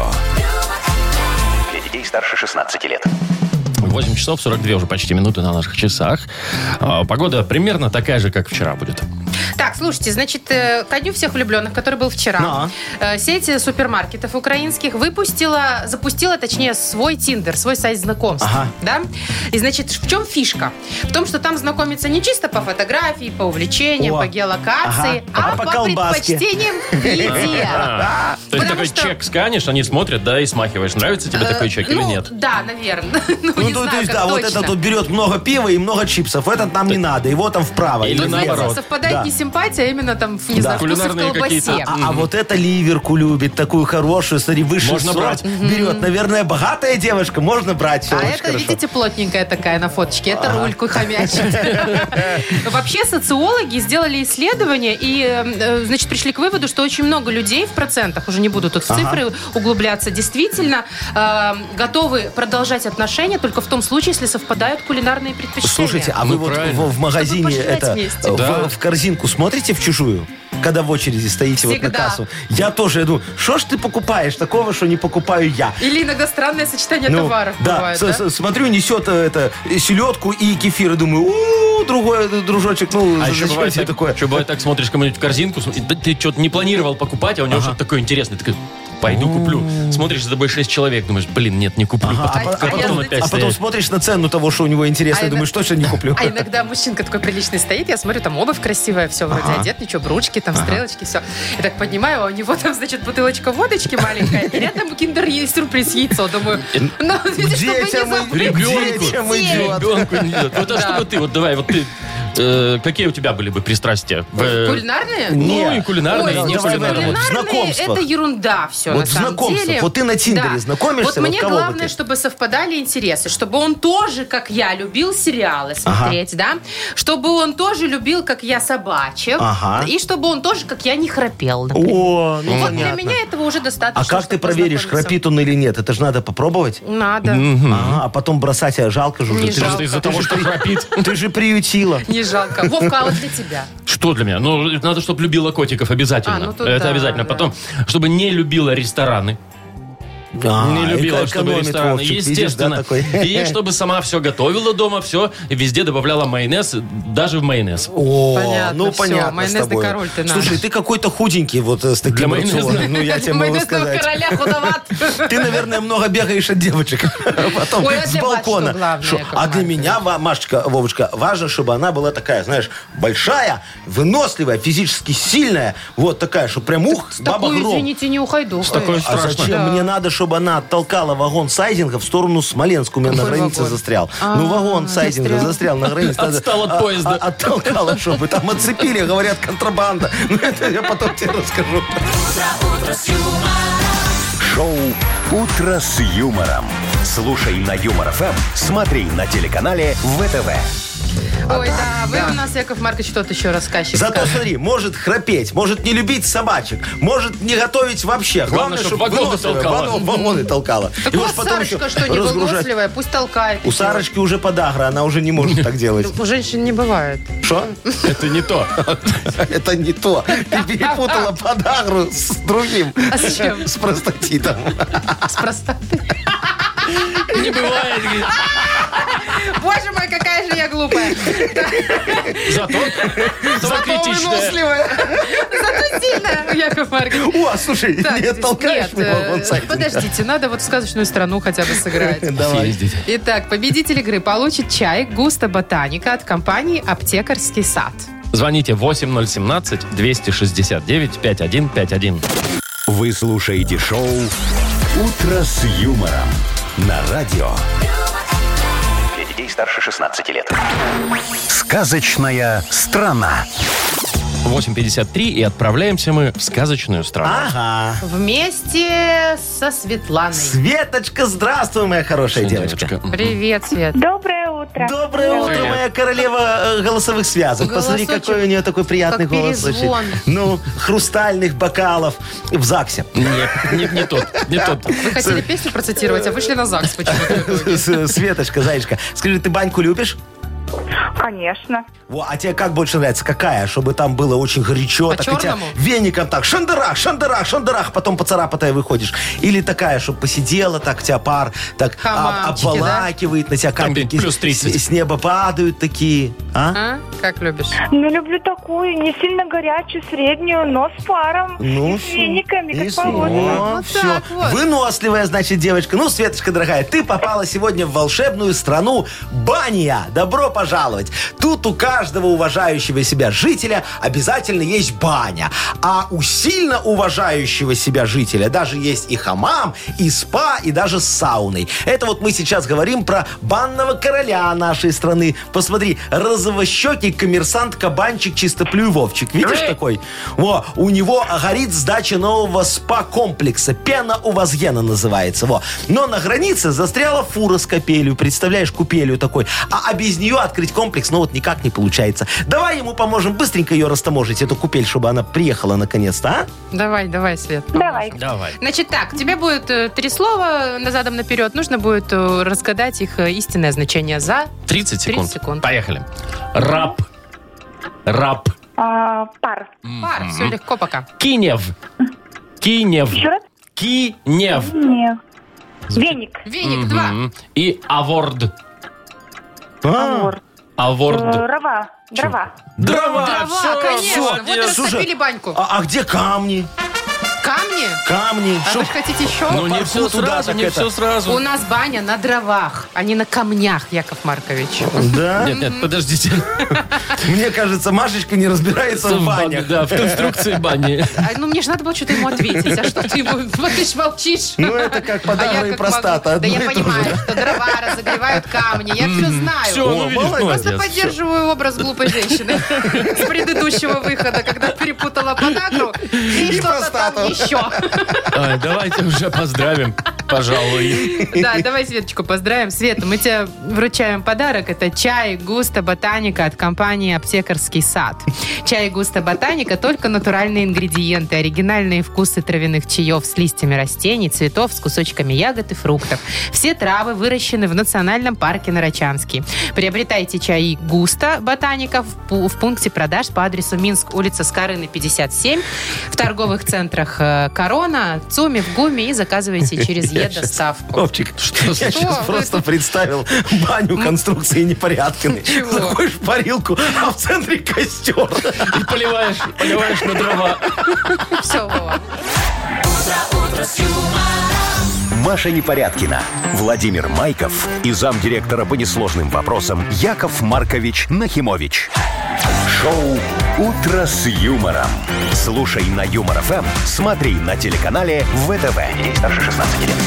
Для детей старше 16 лет. 8 часов 42 уже почти минуты на наших часах. Погода примерно такая же, как вчера будет. Так, слушайте, значит, ко дню всех влюбленных, который был вчера, сеть супермаркетов украинских запустила, точнее, свой Тиндер, свой сайт знакомств. Да? И, значит, в чем фишка? В том, что там знакомиться не чисто по фотографии, по увлечениям, по геолокации, а по предпочтениям в еде. То есть такой чек сканешь, они смотрят, да, и смахиваешь. Нравится тебе такой чек или нет? Да, наверное. Ну, то есть, да, вот этот вот берет много пива и много чипсов. Этот нам не надо, его там вправо. Или наоборот. Совпадает не симпатия, а именно там, не знаю, вкусы в колбасе. А вот это ливерку любит, такую хорошую, смотри, высший сорт берет. Наверное, богатая девушка, можно брать. А это, видите, плотненькая такая на фоточке. Это рульку хомячит. Вообще социологи сделали исследование и, значит, пришли к выводу, что очень много людей в процентах, уже не буду тут в цифры углубляться, действительно готовы продолжать отношения только в том случае, если совпадают кулинарные предпочтения. Слушайте, а вы вот в магазине в корзинку смотрите в чужую? Когда в очереди стоите вот на кассу. Я тоже иду. Что ж ты покупаешь такого, что не покупаю я? Или иногда странное сочетание товаров бывает, да? Смотрю, несет селедку и кефир, и думаю, другой дружочек, а еще бывает так, смотришь кому-нибудь в корзинку, ты что-то не планировал покупать, а у него что-то такое интересное, такой, пойду куплю. Смотришь, за тобой 6 человек, думаешь, блин, нет, не куплю. А потом смотришь на цену того, что у него интересно, и думаешь, точно не куплю. А иногда мужчинка такой приличный стоит, я смотрю, там обувь красивая, все вроде одет, ничего, брючки, там стрелочки, все. И так поднимаю, а у него там, значит, бутылочка водочки маленькая, и рядом киндер-сюрприз яйцо. Думаю, ну, видишь, чтобы не забыть. Ребенку не идет. Вот а чтобы ты, вот давай, вот ты, какие у тебя были бы пристрастия? Кулинарные? Ну, и кулинарные, и не кулинарные. Знакомство. Это ерунда все, вот на самом деле. Вот ты на Тиндере знакомишься, вот мне главное, чтобы совпадали интересы, чтобы он тоже, как я, любил сериалы смотреть, да, чтобы он тоже любил, как я, собачек, и чтобы он тоже, как я, не храпел, например. О, ну вот понятно. для меня этого уже достаточно. А как ты проверишь, храпит он или нет? Это же надо попробовать? Надо. А потом бросать, а жалко же. Не жалко. Из-за того, что храпит. Ты же приютила. Не жалко. Вовка, а вот для тебя? Что для меня? Ну, надо, чтобы любила котиков обязательно. Это обязательно. Да. Потом, чтобы не любила рестораны. Не любила, чтобы рестораны. Естественно. И чтобы сама все готовила дома, все, и везде добавляла майонез, даже в майонез. Понятно, понятно. Майонезный король ты наш. Слушай, ты какой-то худенький вот с таким рационом. Ну, я тебе могу сказать. Короля худоват. Ты, наверное, много бегаешь от девочек. Потом с балкона. А для меня, Машечка, Вовочка, важно, чтобы она была такая, знаешь, большая, выносливая, физически сильная. Вот такая, что прям баба гром. Извините, не ухайду. А зачем? Мне надо, чтобы она оттолкала вагон сайдинга в сторону Смоленска. У меня на границе застрял. Ну, вагон сайдинга застрял на границе. Отстал от поезда. Оттолкала, чтобы там отцепили, говорят, контрабанда. Ну, это я потом тебе расскажу. Шоу «Утро с юмором». Слушай на Юмор ФМ, смотри на телеканале ВТВ. Ой, да, вы у нас, Яков Маркович, тот еще рассказчик. Зато смотри, может храпеть, может не любить собачек, может не готовить вообще. Главное, чтобы вагоны толкала. Так у вас Сарочка, что не выносливая, пусть толкает. У Сарочки уже подагра, она уже не может так делать. У женщин не бывает. Что? Это не то. Это не то. Ты перепутала подагру с другим. А с чем? С простатитом. С простатой. Не бывает, говорит. Боже мой, какая же я глупая. Зато критичная. выносливая. Зато сильная, Яков Маркович. О, слушай, не толкаешь вагон сайдинга. Подождите, надо вот в сказочную страну хотя бы сыграть. Давай. Итак, победитель игры получит чай «Густо Ботаника» от компании «Аптекарский сад». Звоните 8017-269-5151. Вы слушаете шоу «Утро с юмором» на радио. Для детей старше 16 лет. Сказочная страна. 8:53, и отправляемся мы в сказочную страну. Ага. Вместе со Светланой. Светочка, здравствуй, моя хорошая девочка. Привет, Свет. Доброе утро. Доброе утро, моя королева голосовых связок. Посмотри, Голосочек, какой у нее такой приятный как голос. перезвон. Ну, хрустальных бокалов в ЗАГСе. Нет, не тот. Вы хотели песню процитировать, а вышли на ЗАГС почему-то. Светочка, зайчка, скажи, ты баньку любишь? Конечно. А тебе как больше нравится? Какая? Чтобы там было очень горячо. Так и тебя По-черному? веником так шандарах, шандарах, шандарах, потом поцарапатая выходишь. Или такая, чтобы посидела, так тебя пар так Хамамчики, обволакивает, на тебя Там капельки плюс 30. с неба падают такие. А? Как любишь? Ну, люблю такую, не сильно горячую, среднюю, но с паром. И с вениками, как положено. Вот все. так вот. Выносливая, значит, девочка. Ну, Светочка, дорогая, ты попала сегодня в волшебную страну Бания. Добро пожаловать. Тут у каждого уважающего себя жителя обязательно есть баня. А у сильно уважающего себя жителя даже есть и хамам, и спа, и даже с сауной. Это вот мы сейчас говорим про банного короля нашей страны. Посмотри, розовощекий коммерсант-кабанчик Чистоплюй Вовчик. Видишь такой? У него горит сдача нового спа-комплекса. Пена у Вазгена называется. Но на границе застряла фура с капелью. Представляешь, купелью такой. А без нее открыть комплекс, никак не получается. Давай ему поможем быстренько ее растаможить, эту купель, чтобы она приехала наконец-то, а? Давай, Свет. Давай. Давай. Значит так, тебе будет 3 слова задом наперед. Нужно будет разгадать их истинное значение за 30 секунд. 30 секунд. Поехали. Раб. Пар. Пар, все легко пока. Кинев. Еще раз? Кинев. Нет. Веник. Веник, 2. И аворд. Авор. Аворд. Дрова. Дрова. Дрова, Всё, конечно. Вот и молодец. растопили баньку. А где камни? Камни? Камни. А вы же хотите еще? Ну, не все туда, сразу, так не это. все У сразу. нас баня на дровах, а не на камнях, Яков Маркович. Да? Нет, подождите. Мне кажется, Машечка не разбирается в банях. Да, в конструкции бани. Мне же надо было что-то ему ответить. А что ты ему... Вот ты ж молчишь. Ну, это как подагра и как простата. могу? Да я одно и то понимаю, же. что дрова разогревают камни. Я все знаю. Все, ну видишь, молодец. Просто молодец. поддерживаю образ глупой женщины с предыдущего выхода, когда перепутала подагру и что-то там простату. еще. Ай, давайте уже поздравим, пожалуй. Да, давай Светочку поздравим. Света, мы тебе вручаем подарок. Это чай Густо Ботаника от компании «Аптекарский сад». Чай Густо Ботаника — только натуральные ингредиенты, оригинальные вкусы травяных чаев с листьями растений, цветов, с кусочками ягод и фруктов. Все травы выращены в национальном парке Нарочанский. Приобретайте чай Густо Ботаника в пункте продаж по адресу Минск, улица Скорыны, 57, в торговых центрах «Корона», ЦУМе, в ГУМе и заказывайте через Е-доставку. Вовчик, я сейчас Вы просто тут- представил баню конструкции Непорядкиной. Чего? Заходишь в парилку, а в центре костер. И поливаешь на дрова. Все, Вова. Маша Непорядкина, Владимир Майков и замдиректора по несложным вопросам Яков Маркович Нахимович. Шоу «Утро с юмором». Слушай на Юмор ФМ, смотри на телеканале ВТВ. Ей старше 16 лет.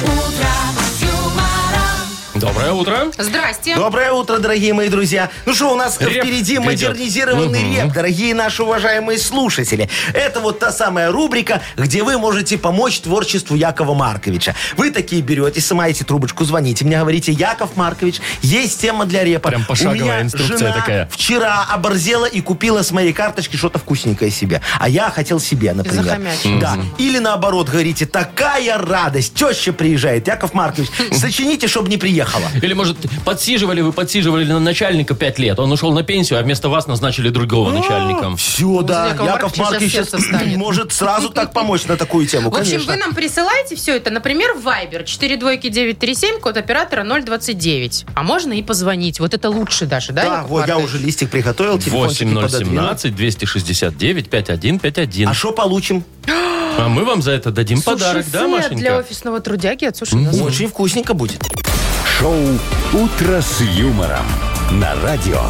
Доброе утро. Здрасте. Доброе утро, дорогие мои друзья. Ну что, у нас Реп впереди грядет. модернизированный реп, дорогие наши уважаемые слушатели. Это вот та самая рубрика, где вы можете помочь творчеству Якова Марковича. Вы такие берете, снимаете трубочку, звоните мне, говорите: Яков Маркович, есть тема для репа. Прям пошаговая У меня инструкция жена такая. вчера оборзела и купила с моей карточки что-то вкусненькое себе. А я хотел себе, например. Захомячил. Да. Или наоборот, говорите: такая радость, теща приезжает, Яков Маркович, сочините, чтобы не приехала. Или, может, подсиживали на начальника 5 лет. Он ушел на пенсию, а вместо вас назначили другого начальника. Все, да. Якова Яков Марковича Маркович сейчас сейчас сердце встанет. может сразу так помочь на такую тему, В общем, конечно. вы нам присылаете все это, например, в Viber 42937, код оператора 029. А можно и позвонить. Вот это лучше даже, да, Да, Яков вот я Маркович? уже листик приготовил, телефончики пододвинул. 8017-269-5151. А что получим? А мы вам за это дадим Суши подарок, да, сет Машенька? для офисного трудяги от Суши на Очень вкусненько будет. Шоу «Утро с юмором» на радио.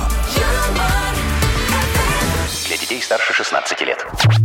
Для детей старше 16 лет.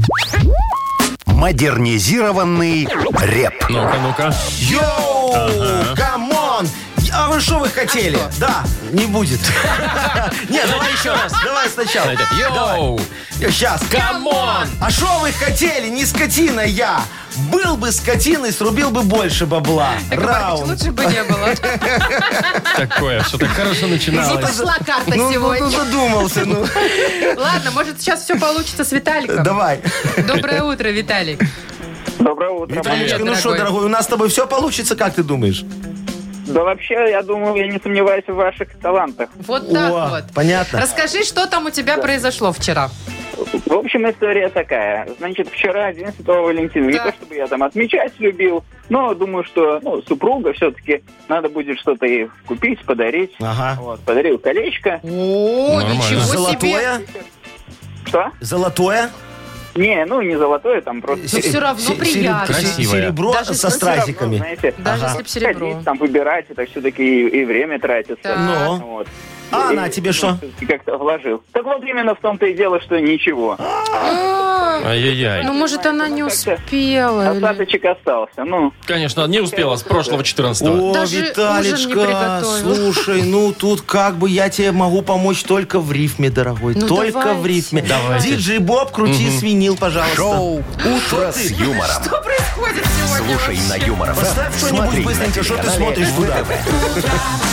Модернизированный реп. Ну-ка, ну-ка. Йоу, камон! А вы что вы хотели? Да, не будет. Нет, давай еще раз. Давай сначала. Йоу! Сейчас. Камон! А что вы хотели? Не скотина я. Был бы скотиной, срубил бы больше бабла. Яков Маркович, Раунд. лучше бы не было. Такое, все так хорошо начиналось. Пошла карта Ну, сегодня. задумался, ну. Ладно, может, сейчас все получится с Виталиком. Давай. Доброе утро, Виталик. Доброе утро. Виталичка, ну дорогой. что, дорогой, у нас с тобой все получится, как ты думаешь? Да вообще, я думаю, я не сомневаюсь в ваших талантах. Вот так О, вот. понятно. Расскажи, что там у тебя произошло вчера. В общем, история такая. Значит, вчера День Святого Валентина. Не Да. то, чтобы я там отмечать любил, но думаю, что супруга все-таки надо будет что-то ей купить, подарить. Ага. Вот, подарил колечко. О, Нормально. ничего себе. Золотое? Что? Золотое? Не не золотое, там просто... Ну, все равно приятно. Красивое. Серебро Даже со если стразиками. Знаете, Даже Ага. если б серебро. ходить, там выбирать, это все-таки и время тратится. Так. Ну. Вот. А И, она тебе что? всё-таки как-то вложил. Так вот именно в том-то и дело, что ничего. Ай-яй-яй. Ну, может, она не как-то успела. или- Остаточек остался. Конечно, не успела с прошлого 14-го. О, Даже ужин не Виталичка, приготовил. слушай, ну тут как бы я тебе могу помочь только в рифме, дорогой. Ну, только давайте. в рифме. Давайте. Диджей Боб, крути свинил, пожалуйста. Шоу «Утро с юмором». Что происходит сегодня? Слушай на Юмор ФМ. Поставь что-нибудь Смотри на быстренько, что ты телеканале смотришь туда. ВТВ.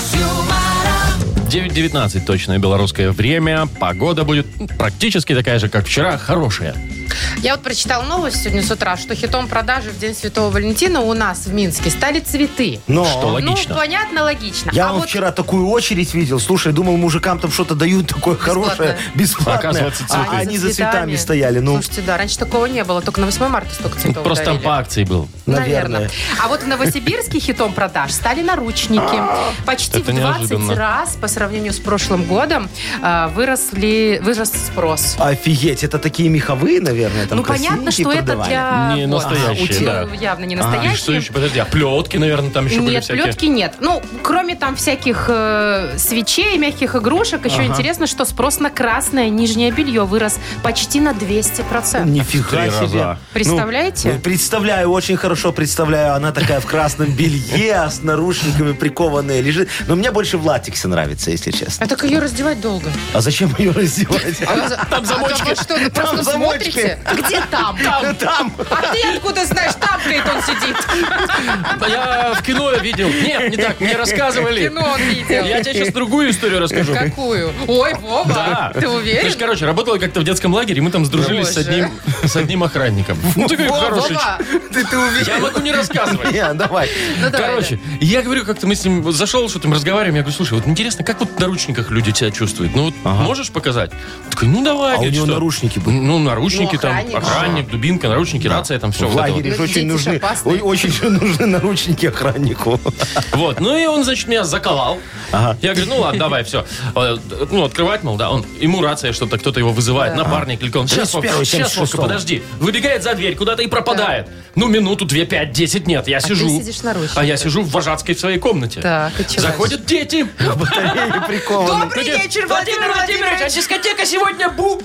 9:19 точное белорусское время. Погода будет практически такая же, как вчера, хорошая. Я вот прочитала новость сегодня с утра, что хитом продажи в День Святого Валентина у нас в Минске стали цветы. Но Что логично. Ну, понятно, логично. я а вон вот вчера такую очередь видел. Слушай, думал, мужикам там что-то дают такое хорошее, бесплатное. Оказывается, цветы. А они за цветами цветами стояли. Ну, Слушайте, да, раньше такого не было. Только на 8 марта столько цветов Просто там дарили. по акции был. наверное. А вот в Новосибирске хитом продаж стали наручники. Почти Это в 20 неожиданно. раз по сравнению с прошлым годом вырос спрос. Офигеть, это такие меховые, наверное, там Ну, понятно, что это продавали. для... Не вот, настоящие, утил да. явно не И что настоящие. еще? Подожди, а плетки, наверное, там еще были Нет, всякие? плетки нет. Ну, кроме там всяких свечей, мягких игрушек, еще интересно, что спрос на красное нижнее белье вырос почти на 200%. Нифига 3 себе. раза. Представляете? Представляю, очень хорошо представляю. Она такая в красном белье, с наручниками прикованная лежит. Но мне больше в латексе нравится, если честно. А так ее раздевать долго. А зачем ее раздевать? Там замочки. А вы что, вы просто замочки. смотрите? Где там? Там. А ты откуда знаешь, там где он сидит? Да я в кино видел. Нет, не так, мне рассказывали. Кино он видел. Я тебе сейчас другую историю расскажу. Какую? Ой, Вова, Да. ты уверен? Знаешь, короче, работала как-то в детском лагере, и мы там сдружились с одним охранником. Ну, такой хороший. Вова, Ты уверен? Я могу не рассказывать. Не, давай. ну давай. Короче, я говорю, как-то мы с ним вот зашел, что-то мы разговариваем, я говорю, слушай, вот интересно, как вот в наручниках люди себя чувствуют? Ну вот можешь показать? Он такой, ну давай. А у говорит, него что? наручники были? Ну, наручники Ну, там, охранник. охранник, дубинка, наручники, рация, там все. В вот это лагере вот. же очень Дети ж нужны, опасные. очень же нужны наручники охраннику. Вот, ну и он, значит, меня заколол. Ага. Я говорю, ну ладно, давай, все. Ну, открывать, мол, да, ему рация, что-то кто-то его вызывает, напарник или он. Сейчас, 31-й, сейчас, 76-й. подожди. Выбегает за дверь куда-то и пропадает. Ну, минуту, 2, 5, 10, нет, я сижу. ты сидишь в наручниках. А я сижу в вожатской в своей комнате. Так, и чего Заходят дети. Батареи прикованы. Добрый вечер, Владимир Владимирович, а дискотека сегодня бу.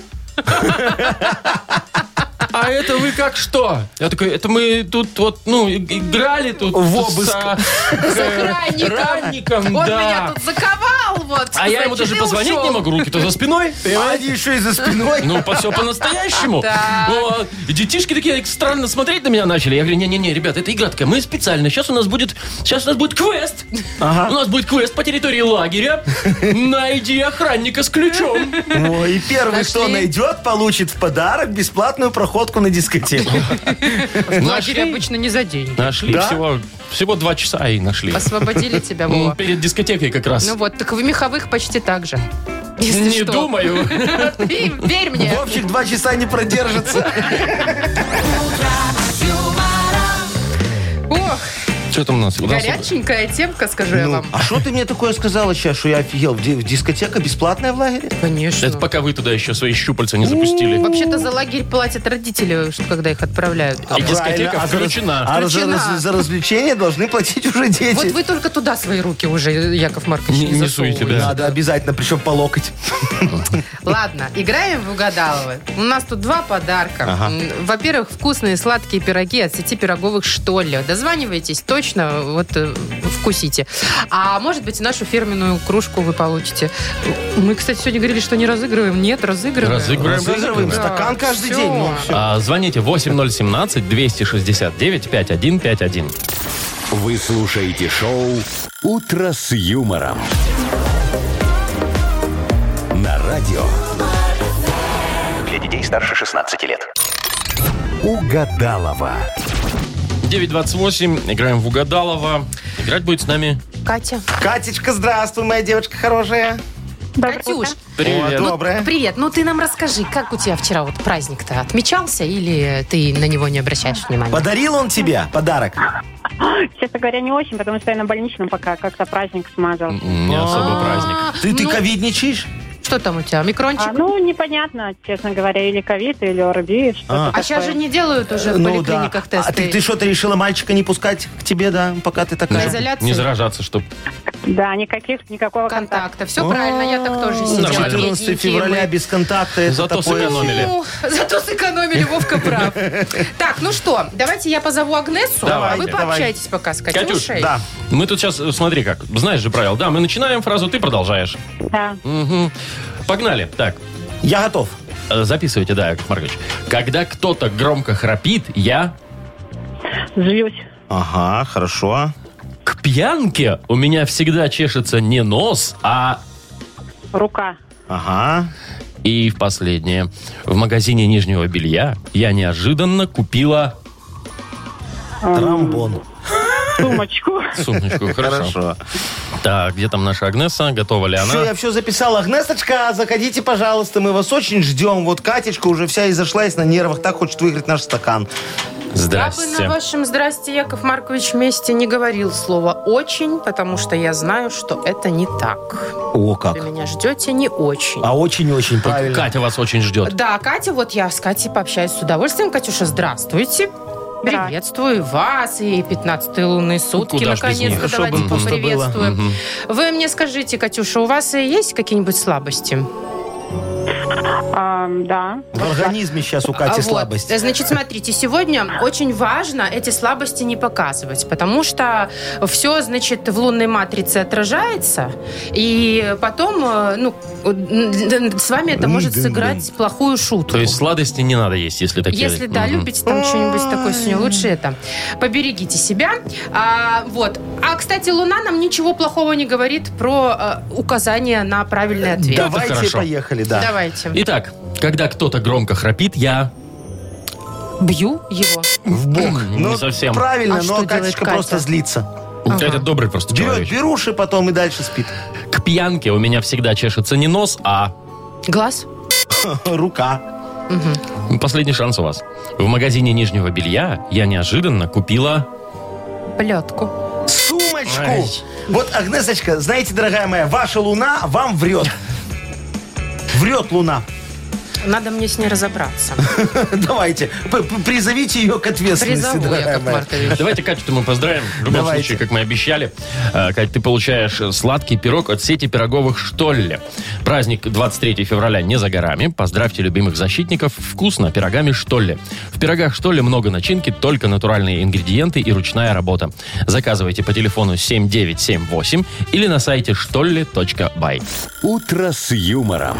А это вы как что? Я такой, это мы тут вот, ну, играли тут В обыск. С охранником. Он да. меня тут заковал, вот. А я ему значит, даже и позвонить ушел. не могу, руки-то за спиной. А они еще и за спиной. Ну, все по-настоящему. Так. Вот. И детишки такие странно смотреть на меня начали. Я говорю, не-не-не, ребят, это игра такая, мы специально. Сейчас у нас будет квест. У нас будет квест по территории лагеря. Найди охранника с ключом. Ой, и первый, Нашли. кто найдет, получит в подарок бесплатную проходку на дискотеку. В лагере обычно не за деньги. Нашли Да? всего 2 часа и нашли. Освободили тебя, Вова. Перед дискотекой как раз. Ну вот, так в меховых почти так же. Если Не что. думаю. Ты верь мне. Вовчик 2 часа не продержится. Ох, Что там у нас? горяченькая темка, скажу я Ну, вам. а что ты мне такое сказала сейчас, что я офигел? Дискотека бесплатная в лагере? Конечно. Это пока вы туда еще свои щупальца не запустили. Вообще-то за лагерь платят родители, что когда их отправляют. И дискотека Правильно, включена. А Включена. за развлечения должны платить уже дети. Вот вы только туда свои руки уже, Яков Маркович, Не- не не суете, засовываете. да. Надо обязательно, причем по локоть. Ладно, играем в угадалово. У нас тут 2 подарка. Ага. Во-первых, вкусные сладкие пироги от сети пироговых «Что ли». Дозванивайтесь, точно вот вкусите. А может быть, нашу фирменную кружку вы получите. Мы, кстати, сегодня говорили, что не разыгрываем. Нет, разыгрываем. Разыгрываем Да, стакан каждый всё. день. Ну, всё. Звоните 8017-269-5151. Вы слушаете шоу «Утро с юмором». На радио. Для детей старше 16 лет. Угадалова. 9:28. Играем в Угадалова. Играть будет с нами Катя. Катечка, здравствуй, моя девочка хорошая. Катюш, Привет. О, доброе. привет. Ну, ты нам расскажи, как у тебя вчера вот праздник-то отмечался, или ты на него не обращаешь внимания? Подарил он тебе подарок? Честно говоря, не очень, потому что я на больничном пока как-то праздник смазал. Не особо праздник. Ты Ну, ковидничаешь? Что там у тебя, микрончик? Ну, непонятно, честно говоря, или ковид, или ОРВИ, что-то А сейчас же не делают уже в поликлиниках да. А тесты. ты что-то решила мальчика не пускать к тебе, да, пока ты На такая? изоляции? Не заражаться, чтоб... Да, никакого контакта. Контакта. Все правильно, я так тоже сидела. Нормально. 14 февраля без контакта. Это Зато такое- сэкономили. Ну, зато сэкономили, Вовка прав. Так, ну что, давайте я позову Агнесу, а Давайте, вы пообщайтесь пока с Катюш, Катюшей. Да. Мы тут сейчас, смотри как, знаешь же правила. Да, мы начинаем фразу, ты продолжаешь. Да. Мгм. Погнали. Так, Я готов. записывайте, да, Яков Маркович. Когда кто-то громко храпит, я... Злюсь. Ага, хорошо. К пьянке у меня всегда чешется не нос, а... Рука. Ага. И в последнее. В магазине нижнего белья я неожиданно купила Тромбон. Сумочку. сумочку. Хорошо. Хорошо. Так, где там наша Агнеса? Готова ли Все, она? я все записала. Агнесочка, заходите, пожалуйста, мы вас очень ждем. Вот Катечка уже вся изошлась на нервах, так хочет выиграть наш стакан. Я бы на Здрасте. вашем «Здрасте, Яков Маркович» месте не говорил слово «очень», потому что я знаю, что это не так. О, как. Вы меня ждете не очень. А очень-очень правильно. Катя вас очень ждет. Да, Катя, вот я с Катей пообщаюсь с удовольствием. Катюша, здравствуйте. Приветствую вас и 15-е лунные сутки. куда ж без них? Наконец-то Хорошо бы давайте пусто поприветствуем. Мгм. Вы мне скажите, Катюша, у вас есть какие-нибудь слабости? Да. В организме сейчас у Кати Вот. слабость. Значит, смотрите, сегодня очень важно эти слабости не показывать, потому что все, значит, в лунной матрице отражается, и потом, с вами это может сыграть плохую шутку. То есть сладости не надо есть, если такие... Если, да, Мгм. любите там что-нибудь такое сегодня, лучше это. Поберегите себя. Вот. А, кстати, Луна нам ничего плохого не говорит про указания на правильный ответ. Давайте, хорошо. поехали, да. Давайте. Итак, когда кто-то громко храпит, я... Бью его. В бок. Не совсем. Правильно, А что но делает Катечка Катя? просто злится. Это добрый просто Берет человек. беруши, потом и дальше спит. К пьянке у меня всегда чешется не нос, а... Глаз? Рука. Последний шанс у вас. В магазине нижнего белья я неожиданно купила... Плетку. Сумочку. Ай. Вот, Агнесочка, знаете, дорогая моя, ваша Луна вам врет. Врет Луна. Надо мне с ней разобраться. Давайте, призовите ее к ответственности, Призову, дорогая Яков моя. Маркович. Давайте Катю-то мы поздравим. В любом Давайте. случае, как мы обещали. Кать, ты получаешь сладкий пирог от сети пироговых «Штолле». Праздник 23 февраля не за горами. Поздравьте любимых защитников вкусно пирогами «Штолле». В пирогах «Штолле» много начинки, только натуральные ингредиенты и ручная работа. Заказывайте по телефону 7978 или на сайте shtolle.by. «Утро с юмором».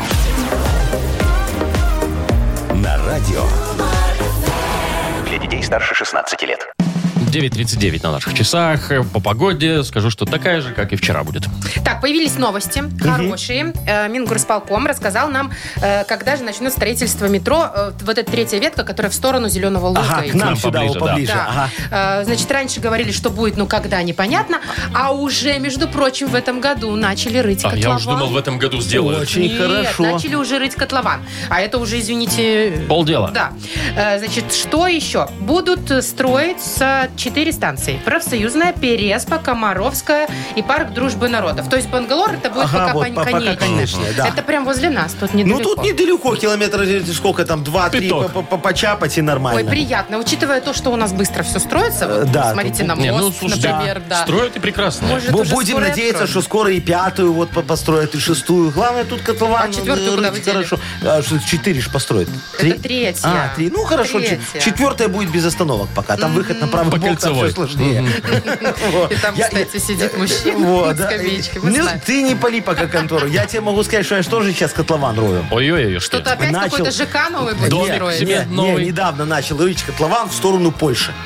На радио. Для детей старше 16 лет. 9:39 на наших часах. По погоде скажу, что такая же, как и вчера будет. Так, появились новости хорошие. Мингорисполком рассказал нам, когда же начнет строительство метро. Вот эта третья ветка, которая в сторону Зеленого луга Ага, к идет. нам нам сюда, поближе, вот поближе. Да. Ага. Значит, раньше говорили, что будет, когда, непонятно. А уже, между прочим, в этом году начали рыть котлован. Я уже думал, в этом году сделают. Очень Нет, хорошо. начали уже рыть котлован. А это уже, извините... Полдела. Да. Значит, что еще? Будут строить 4 станции. Профсоюзная, Переспа, Комаровская и парк Дружбы народов. То есть Бангалор это будет Ага, пока вот, пока конечное. конечное, да. Это прям возле нас, тут недалеко. Ну, тут недалеко, километра, сколько там, 2-3 Пяток. почапать и нормально. Ой, приятно. Учитывая то, что у нас быстро все строится, вот да, смотрите тут- на Не, мост, слушайте, например, да. строят и прекрасно. Может, уже Будем скоро надеяться, откроем. что скоро и 5-ю вот построят, и 6-ю. Главное, тут котлован. А 4-ю куда вы дели? Хорошо. 4 ж построят. Это 3-я. А, 3. Ну, хорошо. 3-я. 4-я будет без остановок пока. Там выход на правый По бок, там кольцевой. все сложнее. И там, кстати, сидит мужчина Вот, с да. скамеечкой. Мы Ну, знаем. ты не пали пока контору. Я тебе могу сказать, что я же тоже сейчас котлован рою. Ой-ой-ой, Что-то опять Начал. какой-то ЖК новый будет Домик строить. себе. Не, новый. недавно начал рыть котлован в сторону Польши.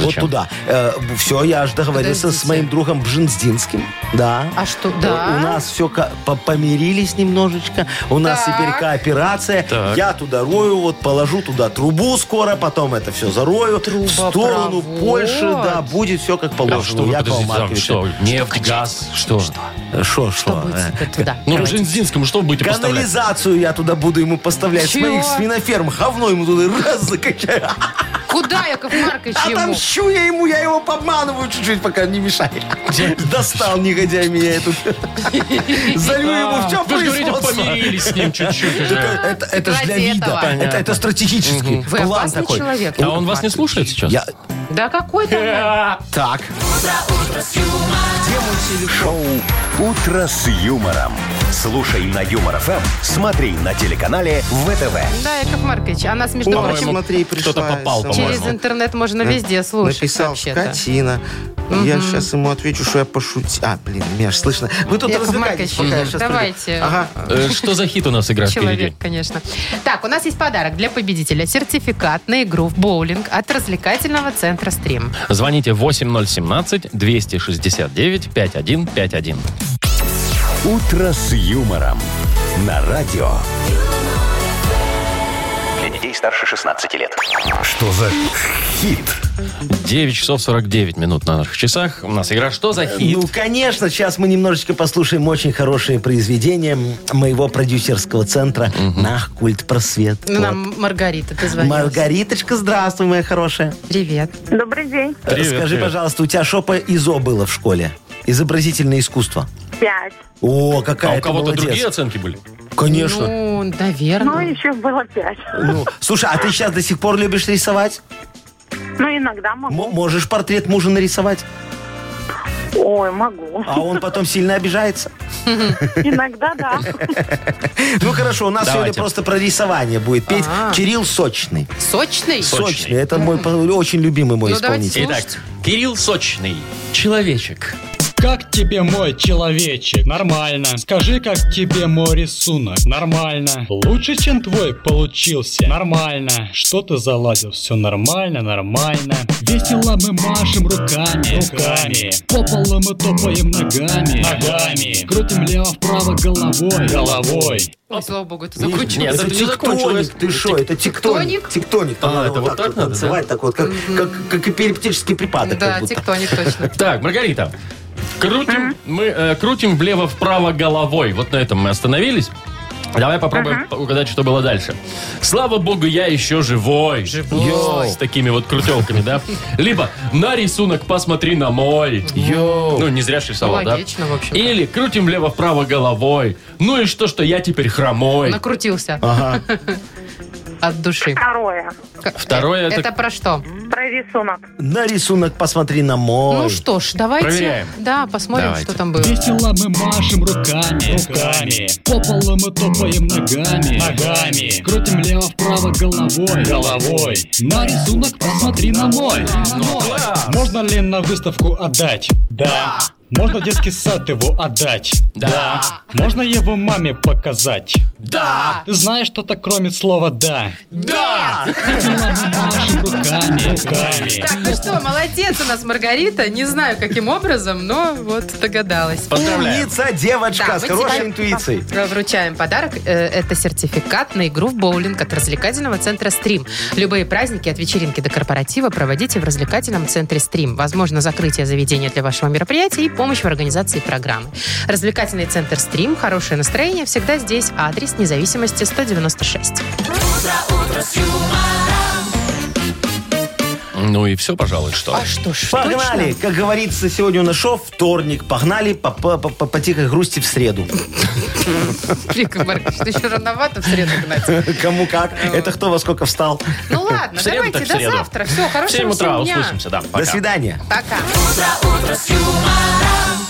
Вот Зачем? туда. Все, я аж договорился с моим другом Бженздинским. Да. А что, да? У нас все помирились немножечко. У нас Так. теперь кооперация. Так. Я туда рою, вот положу туда трубу скоро, потом это все зарою. В сторону Трубопровод. Польши, да, будет все как А положено. что у вы, Якова подождите, там Марковича. что, нефть, газ, что? Что? Будете туда. Ну, Давайте. Бжензинскому что вы будете поставлять? Канализацию я туда буду ему поставлять. Чего? С моих свиноферм. Говно ему туда раз закачаю. Куда, Яков Маркович, ему? Отомщу я ему, я его подманываю чуть-чуть, пока не мешает. Достал негодяй меня тут. Залью ему в Вы же говорите, теплый помирились с ним чуть-чуть уже. Это же для Ради вида. этого. Это стратегический Вы план опасный такой. человек. А он вас не слушает сейчас? Я... Да какой там? Так. Шоу «Утро с юмором». Слушай на Юмор ФМ, смотри на телеканале ВТВ. Да, Яков Маркович, а нас, между По-моему, прочим, смотри, кто-то пришла попал, SMS. через по-моему. интернет можно везде слушать Написал вообще-то. скотина. Я сейчас ему отвечу, что я пошутил. Меня ж слышно. Вы тут Яков развлекаетесь, Маркович, пока я щас давайте. только- Ага. Что за хит у нас игра Человек, впереди? конечно. Так, у нас есть подарок для победителя. Сертификат на игру в боулинг от развлекательного центра «Стрим». Звоните 8017-269-5151. «Утро с юмором» на радио. Для детей старше 16 лет. Что за хит? 9 часов 49 минут на наших часах. У нас игра «Что за хит?». Ну, конечно, сейчас мы немножечко послушаем очень хорошие произведения моего продюсерского центра «Нах, культ, просвет». Ну, Вот. нам Маргарита дозвонилась. Маргариточка, здравствуй, моя хорошая. Привет. Добрый день. Привет, Скажи, привет. пожалуйста, у тебя что по ИЗО было в школе? Изобразительное искусство. 5. О, А какая у ты кого-то молодец. другие оценки были? Конечно. Ну, Ну, наверное. еще было 5. Ну, слушай, а ты сейчас до сих пор любишь рисовать? Ну, иногда могу. Можешь портрет мужа нарисовать? Ой, могу. А он потом сильно обижается? Иногда, да. Ну, хорошо, у нас Давайте. сегодня просто про рисование будет петь Кирилл Сочный. Сочный? Сочный. Это мой очень любимый мой Ну, давайте исполнитель. Итак, Кирилл Сочный. Человечек. Как тебе мой человечек? Нормально. Скажи, как тебе мой рисунок? Нормально. Лучше, чем твой получился? Нормально. Что ты залазил? Все нормально, нормально. Весело мы машем руками. По полу мы топаем ногами. Крутим лево-вправо головой. Ой, слава богу, это Нет, закончилось. это Это не закончилось. тектоник, ты что? Это тектоник. Тектоник. Там надо это вот так надо, танцевать, так вот, как эпилептический припадок. Да, как будто. тектоник точно. Так, Маргарита, мы крутим влево-вправо головой. Вот на этом мы остановились. Давай попробуем угадать, что было дальше. Слава богу, я еще живой. Живой. С такими вот крутелками, да? Либо на рисунок посмотри на мой. Ну, не зря ж рисовал, да? Логично, в общем. Или крутим влево-вправо головой. Ну и что я теперь хромой? Накрутился. От души. Второе это... Это про что? Про рисунок. На рисунок посмотри на мой. Ну что ж, давайте. Проверяем. Да, посмотрим, Давайте. что там было. Весело мы машем руками. По полу мы топаем ногами. Крутим лево-вправо головой. На рисунок посмотри на мой. Можно ли на выставку отдать? Да. Можно в детский сад его отдать? Да. Можно его маме показать? Да. Ты знаешь что-то кроме слова «да»? Да. Весело мы машем руками. Так, ну что, молодец у нас Маргарита. Не знаю, каким образом, но вот догадалась. Поздравляем. Умница, девочка, Да, с мы хорошей тебя интуицией. Вручаем подарок. Это сертификат на игру в боулинг от развлекательного центра «Стрим». Любые праздники от вечеринки до корпоратива проводите в развлекательном центре «Стрим». Возможно, закрытие заведения для вашего мероприятия и помощь в организации программы. Развлекательный центр «Стрим». Хорошее настроение всегда здесь. Адрес независимости 196. Ну и все, пожалуй, что. А что ж, Погнали. Как говорится, сегодня у нас шоу, вторник. Погнали по тихой грусти в среду. Яков Маркович, ты еще рановато в среду гнать. Кому как. Это кто во сколько встал. Ну ладно, В среду давайте так в до среду. завтра. Все, В хорошего 7 утра всем дня. услышимся, да. До Пока. свидания. Пока. Утро с юмором.